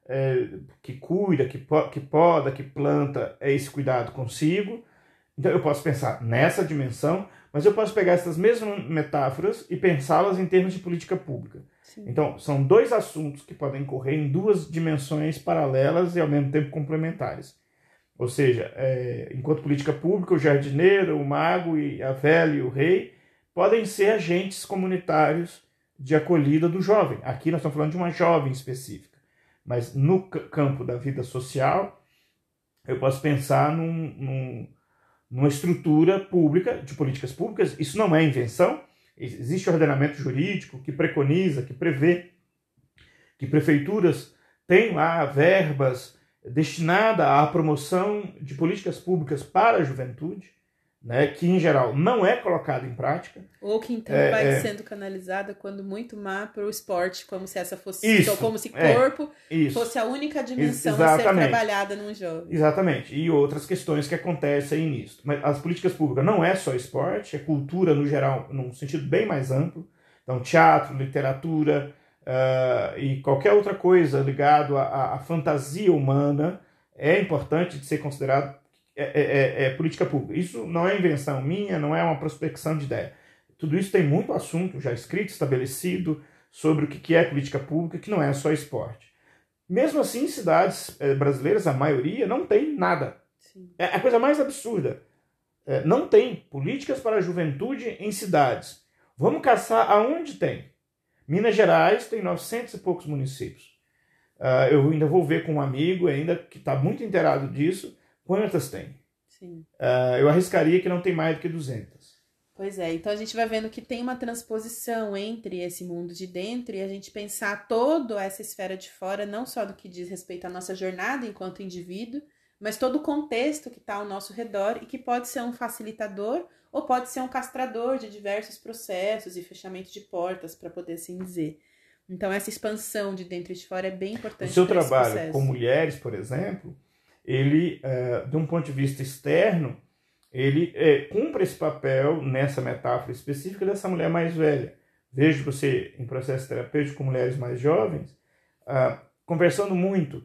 é, que cuida, que, po que poda, que planta, é esse cuidado consigo. Então eu posso pensar nessa dimensão, mas eu posso pegar essas mesmas metáforas e pensá-las em termos de política pública. Sim. Então, são dois assuntos que podem correr em duas dimensões paralelas e ao mesmo tempo complementares. Ou seja, é, enquanto política pública, o jardineiro, o mago, e a velha e o rei podem ser agentes comunitários de acolhida do jovem. Aqui nós estamos falando de uma jovem específica. Mas no campo da vida social, eu posso pensar num, num, numa estrutura pública, de políticas públicas. Isso não é invenção. Existe ordenamento jurídico que preconiza, que prevê que prefeituras têm lá verbas destinadas à promoção de políticas públicas para a juventude, né, que em geral não é colocada em prática. Ou que então é, vai é, sendo canalizada quando muito má para o esporte, como se essa fosse, isso, como se é, corpo isso. fosse a única dimensão Exatamente. a ser trabalhada num jovem. Exatamente, e outras questões que acontecem nisso. Mas as políticas públicas não é só esporte, é cultura no geral, num sentido bem mais amplo. Então, teatro, literatura uh, e qualquer outra coisa ligado à, à fantasia humana é importante de ser considerado É, é, é política pública. Isso não é invenção minha, não é uma prospecção de ideia. Tudo isso tem muito assunto já escrito, estabelecido, sobre o que é política pública, que não é só esporte. Mesmo assim, em cidades brasileiras, a maioria não tem nada. Sim. É a coisa mais absurda. É, não tem políticas para a juventude em cidades. Vamos caçar aonde tem. Minas Gerais tem novecentos e poucos municípios. Uh, eu ainda vou ver com um amigo ainda que está muito inteirado disso. Quantas tem? Sim. Uh, eu arriscaria que não tem mais do que duzentas. Pois é, então a gente vai vendo que tem uma transposição entre esse mundo de dentro e a gente pensar toda essa esfera de fora, não só do que diz respeito à nossa jornada enquanto indivíduo, mas todo o contexto que está ao nosso redor e que pode ser um facilitador ou pode ser um castrador de diversos processos e fechamento de portas, para poder assim dizer. Então essa expansão de dentro e de fora é bem importante. O seu trabalho com mulheres, por exemplo, ele, uh, de um ponto de vista externo, ele é, cumpre esse papel nessa metáfora específica dessa mulher mais velha. Vejo você em processo terapêutico com mulheres mais jovens, uh, conversando muito,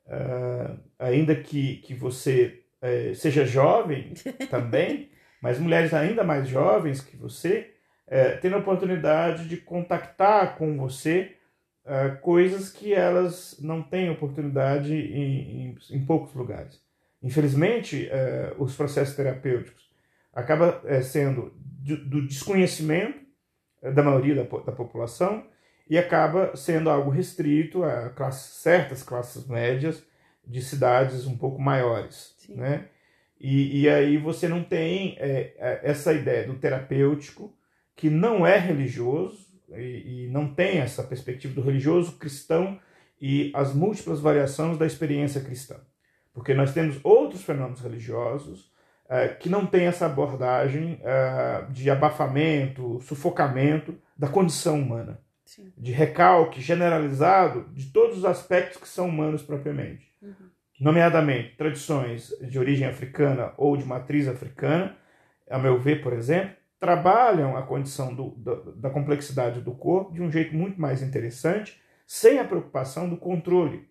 uh, ainda que, que você uh, seja jovem também, mas mulheres ainda mais jovens que você, uh, tendo a oportunidade de contactar com você Uh, coisas que elas não têm oportunidade em, em, em poucos lugares. Infelizmente, uh, os processos terapêuticos acabam uh, sendo de, do desconhecimento uh, da maioria da, da população e acaba sendo algo restrito a classes, certas classes médias de cidades um pouco maiores. Né? E, e aí você não tem uh, essa ideia do terapêutico, que não é religioso, E, e não tem essa perspectiva do religioso cristão e as múltiplas variações da experiência cristã. Porque nós temos outros fenômenos religiosos uh, que não têm essa abordagem uh, de abafamento, sufocamento da condição humana. Sim. De recalque generalizado de todos os aspectos que são humanos propriamente. Uhum. Nomeadamente, tradições de origem africana ou de matriz africana, a meu ver, por exemplo, trabalham a condição do, da, da complexidade do corpo de um jeito muito mais interessante, sem a preocupação do controle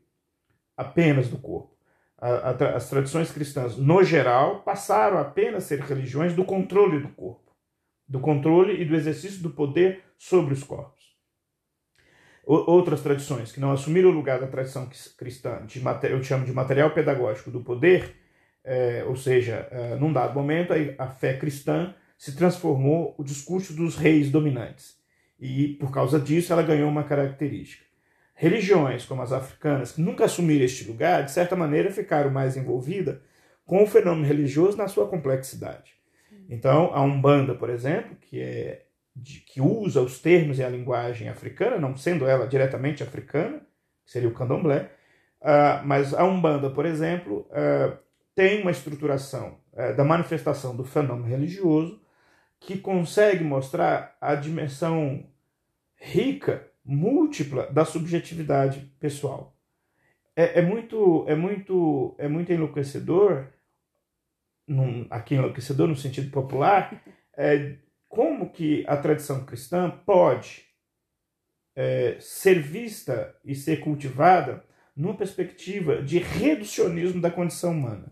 apenas do corpo. A, a, as tradições cristãs, no geral, passaram a apenas ser religiões do controle do corpo, do controle e do exercício do poder sobre os corpos. O, outras tradições que não assumiram o lugar da tradição cristã, de, eu chamo de material pedagógico do poder, é, ou seja, é, num dado momento, a, a fé cristã se transformou o discurso dos reis dominantes. E, por causa disso, ela ganhou uma característica. Religiões, como as africanas, que nunca assumiram este lugar, de certa maneira, ficaram mais envolvidas com o fenômeno religioso na sua complexidade. Então, a Umbanda, por exemplo, que, é, de, que usa os termos e a linguagem africana, não sendo ela diretamente africana, que seria o candomblé, uh, mas a Umbanda, por exemplo, uh, tem uma estruturação uh, da manifestação do fenômeno religioso que consegue mostrar a dimensão rica, múltipla da subjetividade pessoal. É, é, muito, é, muito, é muito enlouquecedor, num, aqui enlouquecedor no sentido popular, é, como que a tradição cristã pode é, ser vista e ser cultivada numa perspectiva de reducionismo da condição humana.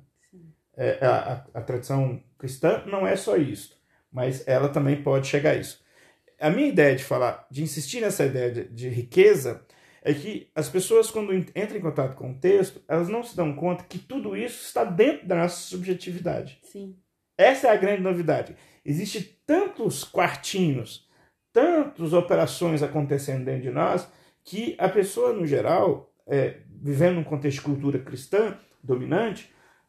É, a, a, a tradição cristã não é só isso, mas ela também pode chegar a isso. A minha ideia de falar, de insistir nessa ideia de, de riqueza, é que as pessoas, quando entram em contato com o texto, elas não se dão conta que tudo isso está dentro da nossa subjetividade. Sim. Essa é a grande novidade. Existem tantos quartinhos, tantas operações acontecendo dentro de nós, que a pessoa, no geral, é, vivendo num contexto de cultura cristã dominante,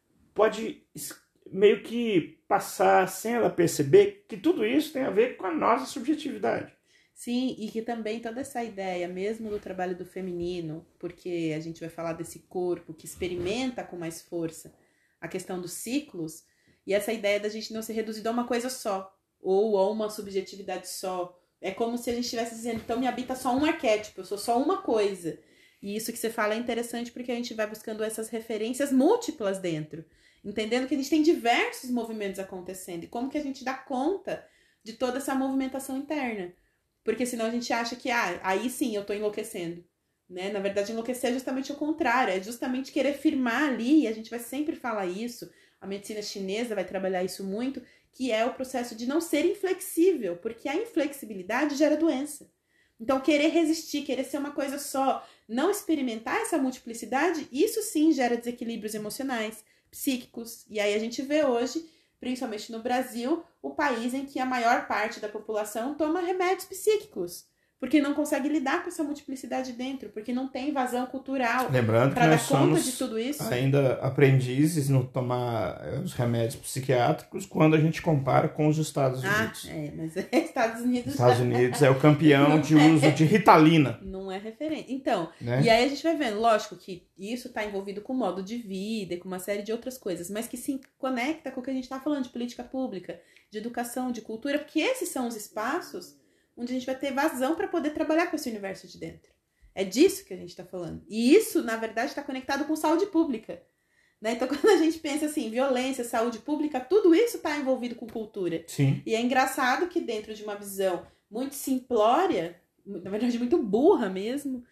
pode meio que passar sem ela perceber que tudo isso tem a ver com a nossa subjetividade. Sim, e que também toda essa ideia, mesmo do trabalho do feminino, porque a gente vai falar desse corpo que experimenta com mais força a questão dos ciclos, e essa ideia da gente não ser reduzido a uma coisa só, ou a uma subjetividade só. É como se a gente estivesse dizendo, então me habita só um arquétipo, eu sou só uma coisa. E isso que você fala é interessante porque a gente vai buscando essas referências múltiplas dentro, entendendo que a gente tem diversos movimentos acontecendo, e como que a gente dá conta de toda essa movimentação interna. Porque senão a gente acha que, ah, aí sim eu tô enlouquecendo, né? Na verdade, enlouquecer é justamente o contrário, é justamente querer firmar ali, e a gente vai sempre falar isso, a medicina chinesa vai trabalhar isso muito, que é o processo de não ser inflexível, porque a inflexibilidade gera doença. Então, querer resistir, querer ser uma coisa só, não experimentar essa multiplicidade, isso sim gera desequilíbrios emocionais, psíquicos, e aí a gente vê hoje, principalmente no Brasil, o país em que a maior parte da população toma remédios psíquicos, porque não consegue lidar com essa multiplicidade dentro, porque não tem invasão cultural para dar conta de tudo isso. Ainda aprendizes no tomar os remédios psiquiátricos quando a gente compara com os Estados Unidos. Ah, é, mas é Estados Unidos. Estados Unidos é o campeão de uso de Ritalina. Não é referência. Então, né? E aí a gente vai vendo, lógico que isso está envolvido com modo de vida e com uma série de outras coisas, mas que se conecta com o que a gente está falando de política pública, de educação, de cultura, porque esses são os espaços onde a gente vai ter vazão para poder trabalhar com esse universo de dentro. É disso que a gente está falando. E isso, na verdade, está conectado com saúde pública. Né? Então, quando a gente pensa assim, violência, saúde pública, tudo isso está envolvido com cultura. Sim. E é engraçado que dentro de uma visão muito simplória, na verdade muito burra mesmo,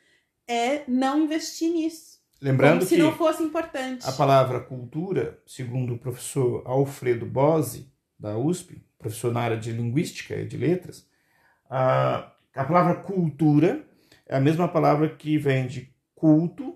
é não investir nisso. Lembrando como se que não fosse importante. A palavra cultura, segundo o professor Alfredo Bose, da U S P, professor na área de linguística e de letras, a, a palavra cultura é a mesma palavra que vem de culto,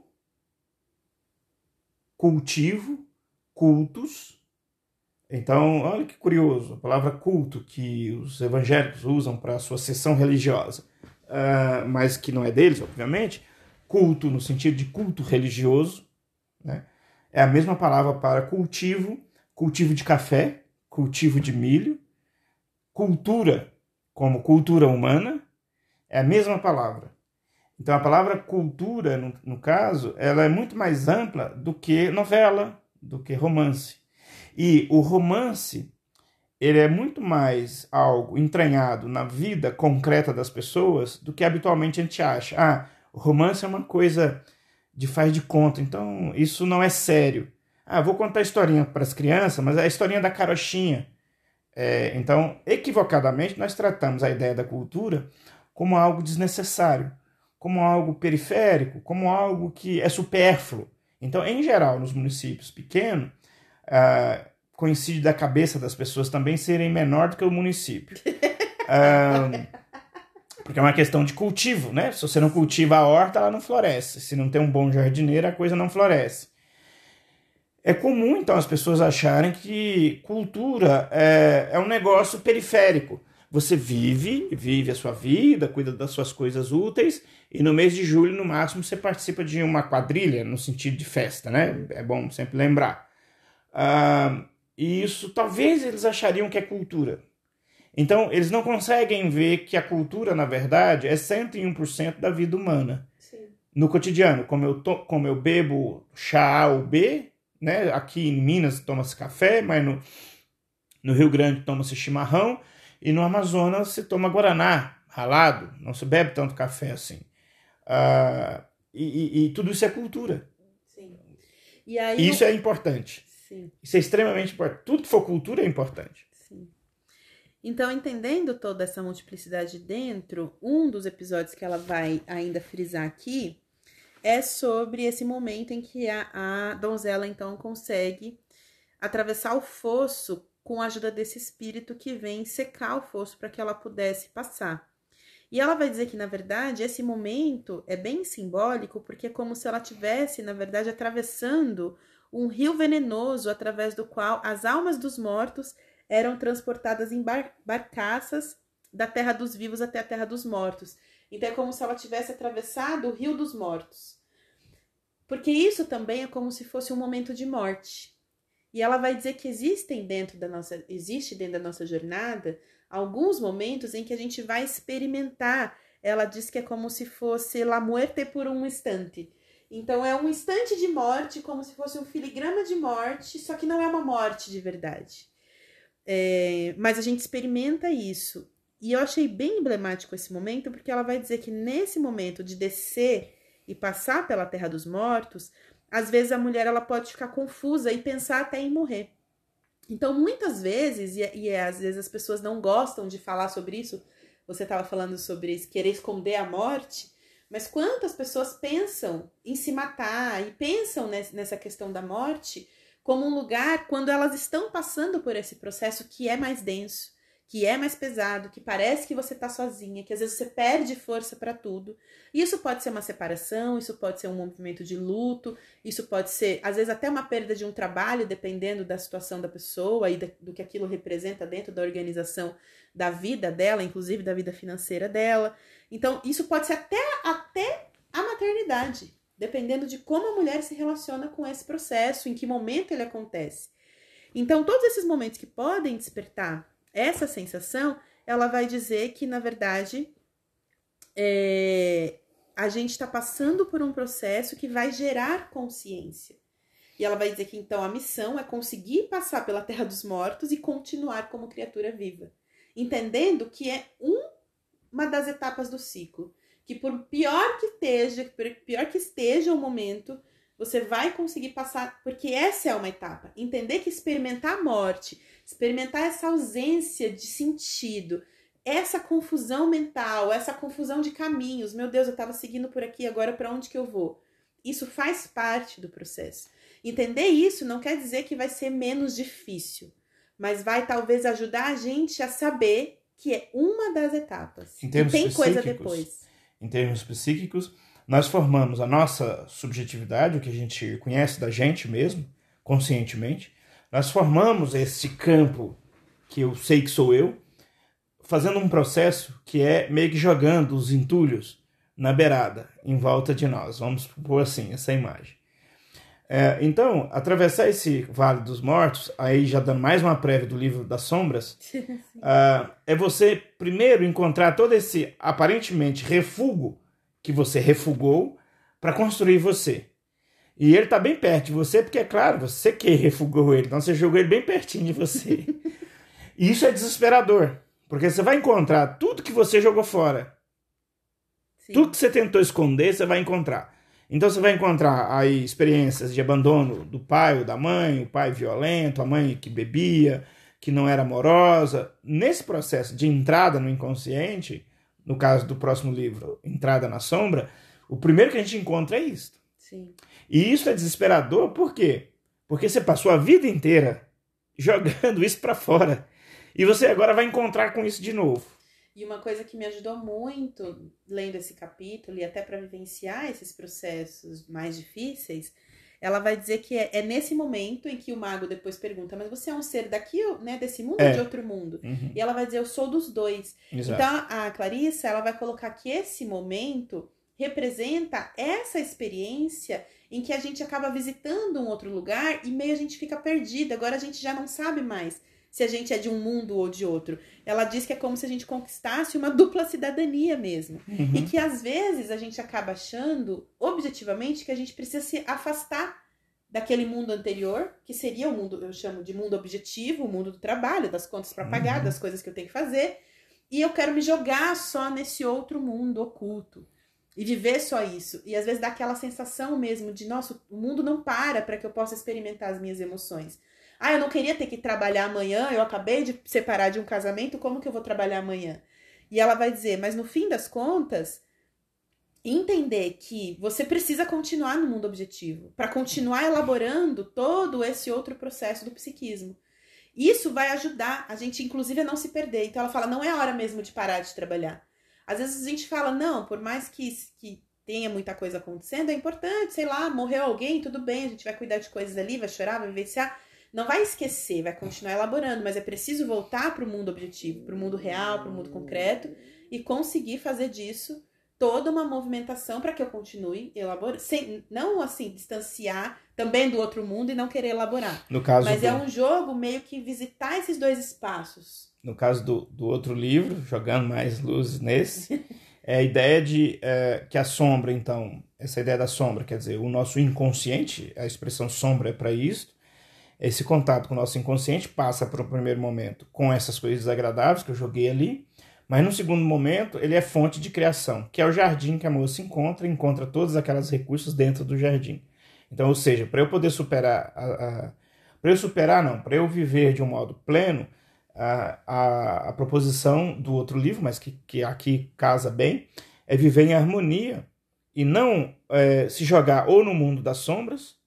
cultivo, cultus. Então, olha que curioso, a palavra culto que os evangélicos usam para a sua sessão religiosa, uh, mas que não é deles, obviamente, culto no sentido de culto religioso, né? É a mesma palavra para cultivo, cultivo de café, cultivo de milho, cultura, como cultura humana, é a mesma palavra. Então a palavra cultura, no, no caso, ela é muito mais ampla do que novela, do que romance. E o romance, ele é muito mais algo entranhado na vida concreta das pessoas do que habitualmente a gente acha. Ah, o romance é uma coisa de faz de conta, então isso não é sério. Ah, vou contar a historinha para as crianças, mas é a historinha da carochinha. É, então, equivocadamente, nós tratamos a ideia da cultura como algo desnecessário, como algo periférico, como algo que é supérfluo. Então, em geral, nos municípios pequenos, ah, coincide da cabeça das pessoas também serem menor do que o município. Ah, porque é uma questão de cultivo, né? Se você não cultiva a horta, ela não floresce. Se não tem um bom jardineiro, a coisa não floresce. É comum, então, as pessoas acharem que cultura é, é um negócio periférico. Você vive, vive a sua vida, cuida das suas coisas úteis, e no mês de julho, no máximo, você participa de uma quadrilha, no sentido de festa, né? É bom sempre lembrar. Ah, e isso, talvez eles achariam que é cultura. Então, eles não conseguem ver que a cultura, na verdade, é cento e um por cento da vida humana. Sim. No cotidiano, como eu, to, como eu bebo chá A ou B, né? Aqui em Minas toma-se café, mas no, no Rio Grande toma-se chimarrão, e no Amazonas se toma guaraná, ralado, não se bebe tanto café assim. Uh, e, e, e tudo isso é cultura. Sim. E aí, isso eu... é importante. Sim. Isso é extremamente importante. Tudo que for cultura é importante. Sim. Então, entendendo toda essa multiplicidade dentro, um dos episódios que ela vai ainda frisar aqui é sobre esse momento em que a, a donzela, então, consegue atravessar o fosso com a ajuda desse espírito que vem secar o fosso para que ela pudesse passar. E ela vai dizer que, na verdade, esse momento é bem simbólico, porque é como se ela tivesse, na verdade, atravessando um rio venenoso através do qual as almas dos mortos eram transportadas em bar- barcaças da terra dos vivos até a terra dos mortos. Então é como se ela tivesse atravessado o rio dos mortos. Porque isso também é como se fosse um momento de morte. E ela vai dizer que existem dentro da nossa, existe dentro da nossa jornada alguns momentos em que a gente vai experimentar. Ela diz que é como se fosse la muerte por um instante. Então é um instante de morte, como se fosse um filigrama de morte, só que não é uma morte de verdade. É, mas a gente experimenta isso. E eu achei bem emblemático esse momento, porque ela vai dizer que nesse momento de descer e passar pela terra dos mortos, às vezes a mulher ela pode ficar confusa e pensar até em morrer. Então, muitas vezes, e, e às vezes as pessoas não gostam de falar sobre isso, você estava falando sobre querer esconder a morte, mas quantas pessoas pensam em se matar e pensam nessa questão da morte como um lugar quando elas estão passando por esse processo que é mais denso, que é mais pesado, que parece que você tá sozinha, que às vezes você perde força para tudo. E isso pode ser uma separação, isso pode ser um movimento de luto, isso pode ser, às vezes, até uma perda de um trabalho, dependendo da situação da pessoa e do que aquilo representa dentro da organização da vida dela, inclusive da vida financeira dela. Então, isso pode ser até, até a maternidade, dependendo de como a mulher se relaciona com esse processo, em que momento ele acontece. Então, todos esses momentos que podem despertar essa sensação, ela vai dizer que, na verdade, é, a gente está passando por um processo que vai gerar consciência. E ela vai dizer que, então, a missão é conseguir passar pela terra dos mortos e continuar como criatura viva. Entendendo que é um, uma das etapas do ciclo. Que por pior que esteja, por pior que esteja o momento, você vai conseguir passar, porque essa é uma etapa. Entender que experimentar a morte, experimentar essa ausência de sentido, essa confusão mental, essa confusão de caminhos. Meu Deus, eu estava seguindo por aqui, agora para onde que eu vou? Isso faz parte do processo. Entender isso não quer dizer que vai ser menos difícil, mas vai talvez ajudar a gente a saber que é uma das etapas. Em termos e tem coisa depois. Em termos psíquicos, nós formamos a nossa subjetividade, o que a gente conhece da gente mesmo, conscientemente. Nós formamos esse campo que eu sei que sou eu, fazendo um processo que é meio que jogando os entulhos na beirada, em volta de nós. Vamos pôr assim, essa imagem. É, então, atravessar esse Vale dos Mortos, aí já dando mais uma prévia do livro das Sombras, uh, é você primeiro encontrar todo esse, aparentemente, refúgio que você refugou para construir você. E ele está bem perto de você, porque, é claro, você que refugou ele, então você jogou ele bem pertinho de você. E isso é desesperador, porque você vai encontrar tudo que você jogou fora. Sim. Tudo que você tentou esconder, você vai encontrar. Então você vai encontrar aí experiências de abandono do pai ou da mãe, o pai violento, a mãe que bebia, que não era amorosa. Nesse processo de entrada no inconsciente, no caso do próximo livro, Entrada na Sombra, o primeiro que a gente encontra é isso. Sim. E isso é desesperador, por quê? Porque você passou a vida inteira jogando isso para fora. E você agora vai encontrar com isso de novo. E uma coisa que me ajudou muito lendo esse capítulo e até para vivenciar esses processos mais difíceis, ela vai dizer que é, é nesse momento em que o mago depois pergunta, mas você é um ser daqui, né, desse mundo é. ou de outro mundo? Uhum. E ela vai dizer, eu sou dos dois. Exato. Então a Clarissa, ela vai colocar que esse momento representa essa experiência em que a gente acaba visitando um outro lugar e meio a gente fica perdido. Agora a gente já não sabe mais se a gente é de um mundo ou de outro. Ela diz que é como se a gente conquistasse uma dupla cidadania mesmo. Uhum. E que às vezes a gente acaba achando, objetivamente, que a gente precisa se afastar daquele mundo anterior, que seria o mundo, eu chamo de mundo objetivo, o mundo do trabalho, das contas para pagar, uhum. das coisas que eu tenho que fazer. E eu quero me jogar só nesse outro mundo oculto. E viver só isso. E às vezes dá aquela sensação mesmo de, nossa, o mundo não para para que eu possa experimentar as minhas emoções. Ah, eu não queria ter que trabalhar amanhã, eu acabei de separar de um casamento, como que eu vou trabalhar amanhã? E ela vai dizer, mas no fim das contas, entender que você precisa continuar no mundo objetivo, para continuar elaborando todo esse outro processo do psiquismo. Isso vai ajudar a gente, inclusive, a não se perder. Então ela fala, não é a hora mesmo de parar de trabalhar. Às vezes a gente fala, não, por mais que, que tenha muita coisa acontecendo, é importante, sei lá, morreu alguém, tudo bem, a gente vai cuidar de coisas ali, vai chorar, vai vivenciar. Não vai esquecer, vai continuar elaborando, mas é preciso voltar para o mundo objetivo, para o mundo real, para o mundo concreto, e conseguir fazer disso toda uma movimentação para que eu continue elaborando, sem, não assim, distanciar também do outro mundo e não querer elaborar. No caso Mas do... é um jogo meio que visitar esses dois espaços. No caso do, do outro livro, jogando mais luzes nesse, é a ideia de é, que a sombra, então, essa ideia da sombra, quer dizer, o nosso inconsciente, a expressão sombra é para isso, esse contato com o nosso inconsciente passa para o primeiro momento com essas coisas desagradáveis que eu joguei ali, mas no segundo momento ele é fonte de criação, que é o jardim que a moça encontra, encontra todos aqueles recursos dentro do jardim. Então, ou seja, para eu poder superar, a, a, para eu superar não, para eu viver de um modo pleno, a, a, a proposição do outro livro, mas que, que aqui casa bem, é viver em harmonia e não é, se jogar ou no mundo das sombras,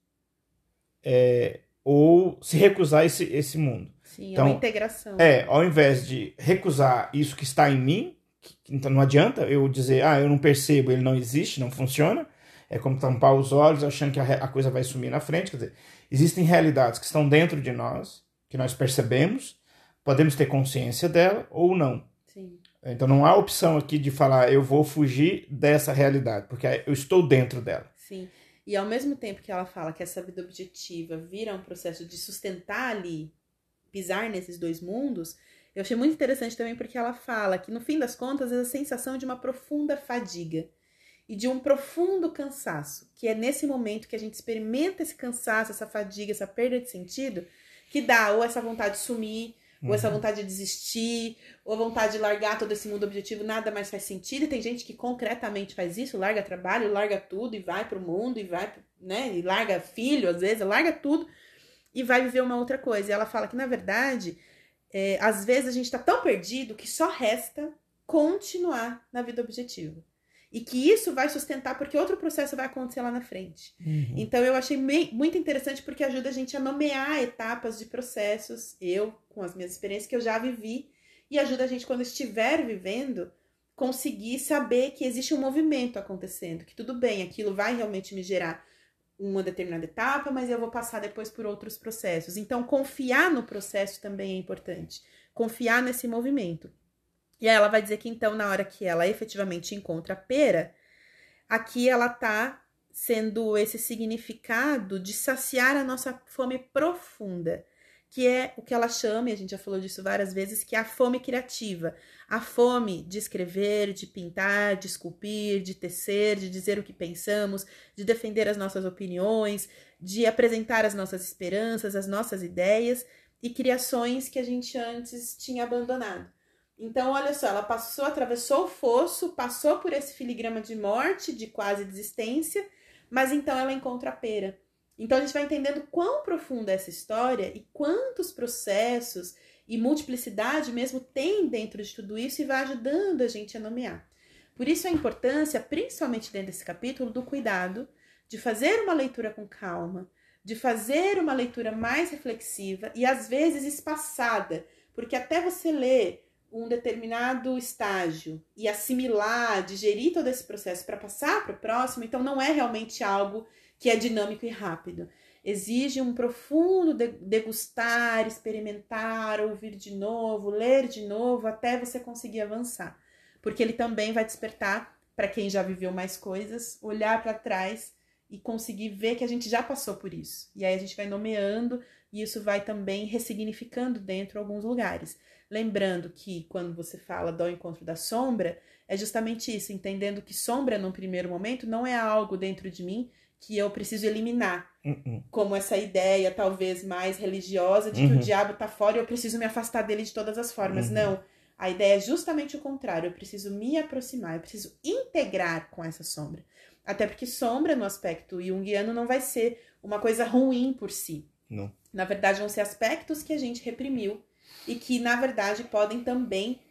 é, ou se recusar esse, esse mundo. Sim, então, é uma integração. É, ao invés de recusar isso que está em mim, que, então não adianta eu dizer, ah, eu não percebo, ele não existe, não funciona, é como tampar os olhos achando que a, a coisa vai sumir na frente, quer dizer, existem realidades que estão dentro de nós, que nós percebemos, podemos ter consciência dela ou não. Sim. Então não há opção aqui de falar, eu vou fugir dessa realidade, porque eu estou dentro dela. Sim. E ao mesmo tempo que ela fala que essa vida objetiva vira um processo de sustentar ali, pisar nesses dois mundos, eu achei muito interessante também porque ela fala que no fim das contas é a sensação de uma profunda fadiga e de um profundo cansaço, que é nesse momento que a gente experimenta esse cansaço, essa fadiga, essa perda de sentido, que dá ou essa vontade de sumir, ou essa vontade de desistir, ou a vontade de largar todo esse mundo objetivo, nada mais faz sentido. E tem gente que concretamente faz isso, larga trabalho, larga tudo e vai pro mundo, e vai, né, e larga filho, às vezes, larga tudo e vai viver uma outra coisa. E ela fala que, na verdade, é, às vezes a gente tá tão perdido que só resta continuar na vida objetiva. E que isso vai sustentar porque outro processo vai acontecer lá na frente. Uhum. Então eu achei meio, muito interessante porque ajuda a gente a nomear etapas de processos, eu, com as minhas experiências que eu já vivi, e ajuda a gente, quando estiver vivendo, conseguir saber que existe um movimento acontecendo, que tudo bem, aquilo vai realmente me gerar uma determinada etapa, mas eu vou passar depois por outros processos. Então confiar no processo também é importante, confiar nesse movimento. E aí ela vai dizer que então, na hora que ela efetivamente encontra a pera, aqui ela tá sendo esse significado de saciar a nossa fome profunda, que é o que ela chama, e a gente já falou disso várias vezes, que é a fome criativa. A fome de escrever, de pintar, de esculpir, de tecer, de dizer o que pensamos, de defender as nossas opiniões, de apresentar as nossas esperanças, as nossas ideias e criações que a gente antes tinha abandonado. Então, olha só, ela passou, atravessou o fosso, passou por esse filigrama de morte, de quase desistência, mas então ela encontra a pera. Então, a gente vai entendendo quão profunda é essa história e quantos processos e multiplicidade mesmo tem dentro de tudo isso e vai ajudando a gente a nomear. Por isso, a importância, principalmente dentro desse capítulo, do cuidado, de fazer uma leitura com calma, de fazer uma leitura mais reflexiva e, às vezes, espaçada, porque até você ler um determinado estágio e assimilar, digerir todo esse processo para passar para o próximo, então não é realmente algo que é dinâmico e rápido. Exige um profundo degustar, experimentar, ouvir de novo, ler de novo, até você conseguir avançar. Porque ele também vai despertar, para quem já viveu mais coisas, olhar para trás e conseguir ver que a gente já passou por isso. E aí a gente vai nomeando e isso vai também ressignificando dentro alguns lugares. Lembrando que quando você fala do encontro da sombra, é justamente isso, entendendo que sombra, num primeiro momento, não é algo dentro de mim que eu preciso eliminar. Uh-uh. Como essa ideia, talvez, mais religiosa de que uh-huh. o diabo tá fora e eu preciso me afastar dele de todas as formas. Uh-huh. Não, a ideia é justamente o contrário. Eu preciso me aproximar, eu preciso integrar com essa sombra. Até porque sombra, no aspecto junguiano, não vai ser uma coisa ruim por si. Não. Na verdade, vão ser aspectos que a gente reprimiu e que, na verdade, podem também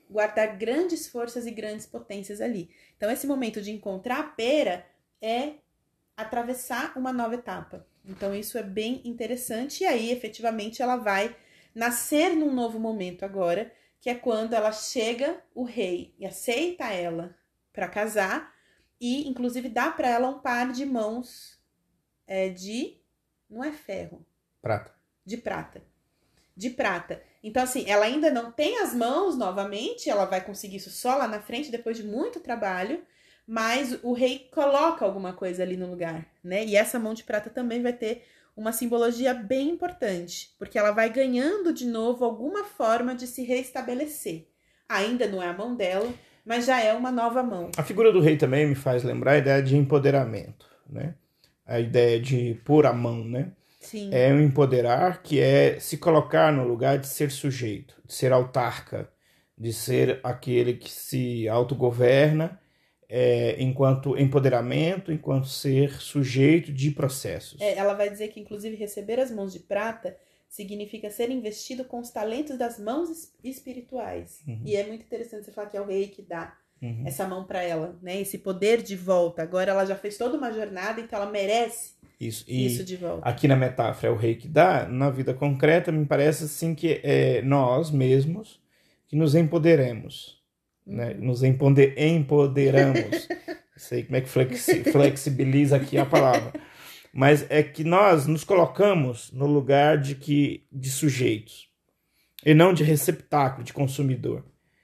guardar grandes forças e grandes potências ali. Então, esse momento de encontrar a pera é atravessar uma nova etapa. Então, isso é bem interessante. E aí, efetivamente, ela vai nascer num novo momento agora, que é quando ela chega, o rei, e aceita ela para casar, e, inclusive, dá para ela um par de mãos é, de... Não é ferro. Prata. De prata. De prata. Então, assim, ela ainda não tem as mãos novamente, ela vai conseguir isso só lá na frente, depois de muito trabalho, mas o rei coloca alguma coisa ali no lugar, né? E essa mão de prata também vai ter uma simbologia bem importante, porque ela vai ganhando de novo alguma forma de se restabelecer. Ainda não é a mão dela, mas já é uma nova mão. A figura do rei também me faz lembrar a ideia de empoderamento, né? A ideia de pôr a mão, né? Sim. É um empoderar que é se colocar no lugar de ser sujeito, de ser autarca, de ser aquele que se autogoverna é, enquanto empoderamento, enquanto ser sujeito de processos. É, ela vai dizer que, inclusive, receber as mãos de prata significa ser investido com os talentos das mãos espirituais. Uhum. E é muito interessante você falar que é o rei que dá uhum. essa mão para ela, né? Esse poder de volta. Agora ela já fez toda uma jornada, então ela merece Isso, e isso de volta. Aqui na metáfora é o rei que dá, na vida concreta me parece assim que é nós mesmos que nos empoderemos, uhum. né? Nos empoder, empoderamos. Não sei como é que flexi, flexibiliza aqui a palavra. Mas é que nós nos colocamos no lugar de, que, de sujeitos e não de receptáculo, de consumidor.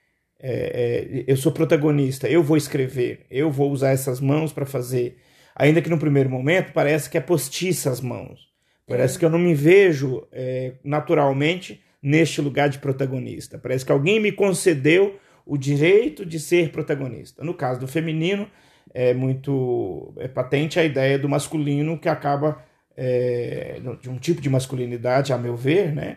É, é, eu sou protagonista, eu vou escrever, eu vou usar essas mãos para fazer. Ainda que no primeiro momento parece que é postiça as mãos. Parece é. que eu não me vejo é, naturalmente neste lugar de protagonista. Parece que alguém me concedeu o direito de ser protagonista. No caso do feminino, é muito é patente a ideia do masculino que acaba, é, de um tipo de masculinidade, a meu ver, né,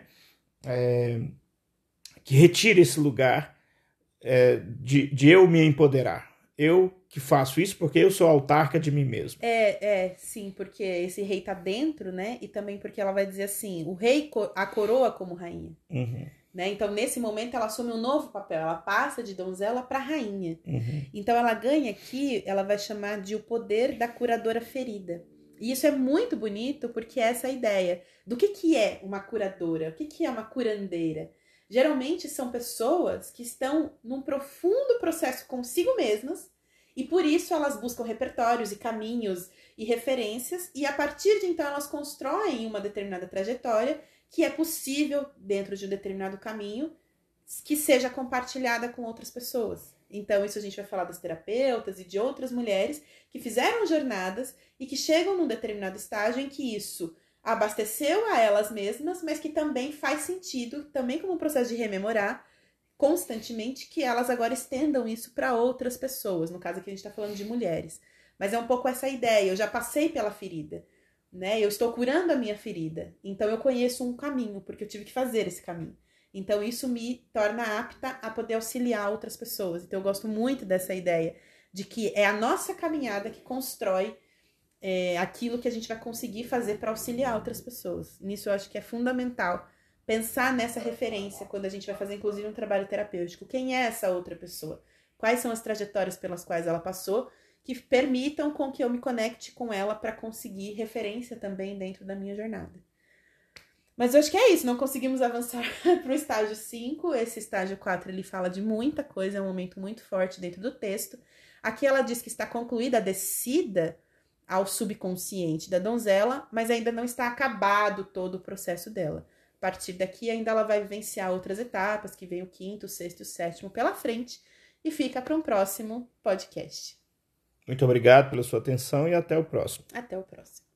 é, que retira esse lugar é, de, de eu me empoderar. Eu que faço isso porque eu sou autarca de mim mesmo. É, é, sim, porque esse rei tá dentro, né? E também porque ela vai dizer assim, o rei a coroa como rainha. Uhum. Né? Então, nesse momento, ela assume um novo papel. Ela passa de donzela para rainha. Uhum. Então, ela ganha aqui, ela vai chamar de o poder da curadora ferida. E isso é muito bonito porque é essa ideia do que, que é uma curadora, o que, que é uma curandeira. Geralmente são pessoas que estão num profundo processo consigo mesmas e por isso elas buscam repertórios e caminhos e referências e a partir de então elas constroem uma determinada trajetória que é possível dentro de um determinado caminho que seja compartilhada com outras pessoas. Então isso a gente vai falar das terapeutas e de outras mulheres que fizeram jornadas e que chegam num determinado estágio em que isso abasteceu a elas mesmas, mas que também faz sentido, também como um processo de rememorar constantemente, que elas agora estendam isso para outras pessoas. No caso aqui a gente está falando de mulheres. Mas é um pouco essa ideia, eu já passei pela ferida, né? Eu estou curando a minha ferida, então eu conheço um caminho, porque eu tive que fazer esse caminho. Então isso me torna apta a poder auxiliar outras pessoas. Então eu gosto muito dessa ideia de que é a nossa caminhada que constrói É, aquilo que a gente vai conseguir fazer para auxiliar outras pessoas. Nisso eu acho que é fundamental pensar nessa referência quando a gente vai fazer, inclusive, um trabalho terapêutico. Quem é essa outra pessoa? Quais são as trajetórias pelas quais ela passou que permitam com que eu me conecte com ela para conseguir referência também dentro da minha jornada. Mas eu acho que é isso, não conseguimos avançar para o estágio cinco. Esse estágio quatro ele fala de muita coisa, é um momento muito forte dentro do texto. Aqui ela diz que está concluída a descida ao subconsciente da donzela, mas ainda não está acabado todo o processo dela. A partir daqui, ainda ela vai vivenciar outras etapas, que vem o quinto, o sexto e o sétimo pela frente, e fica para um próximo podcast. Muito obrigado pela sua atenção e até o próximo. Até o próximo.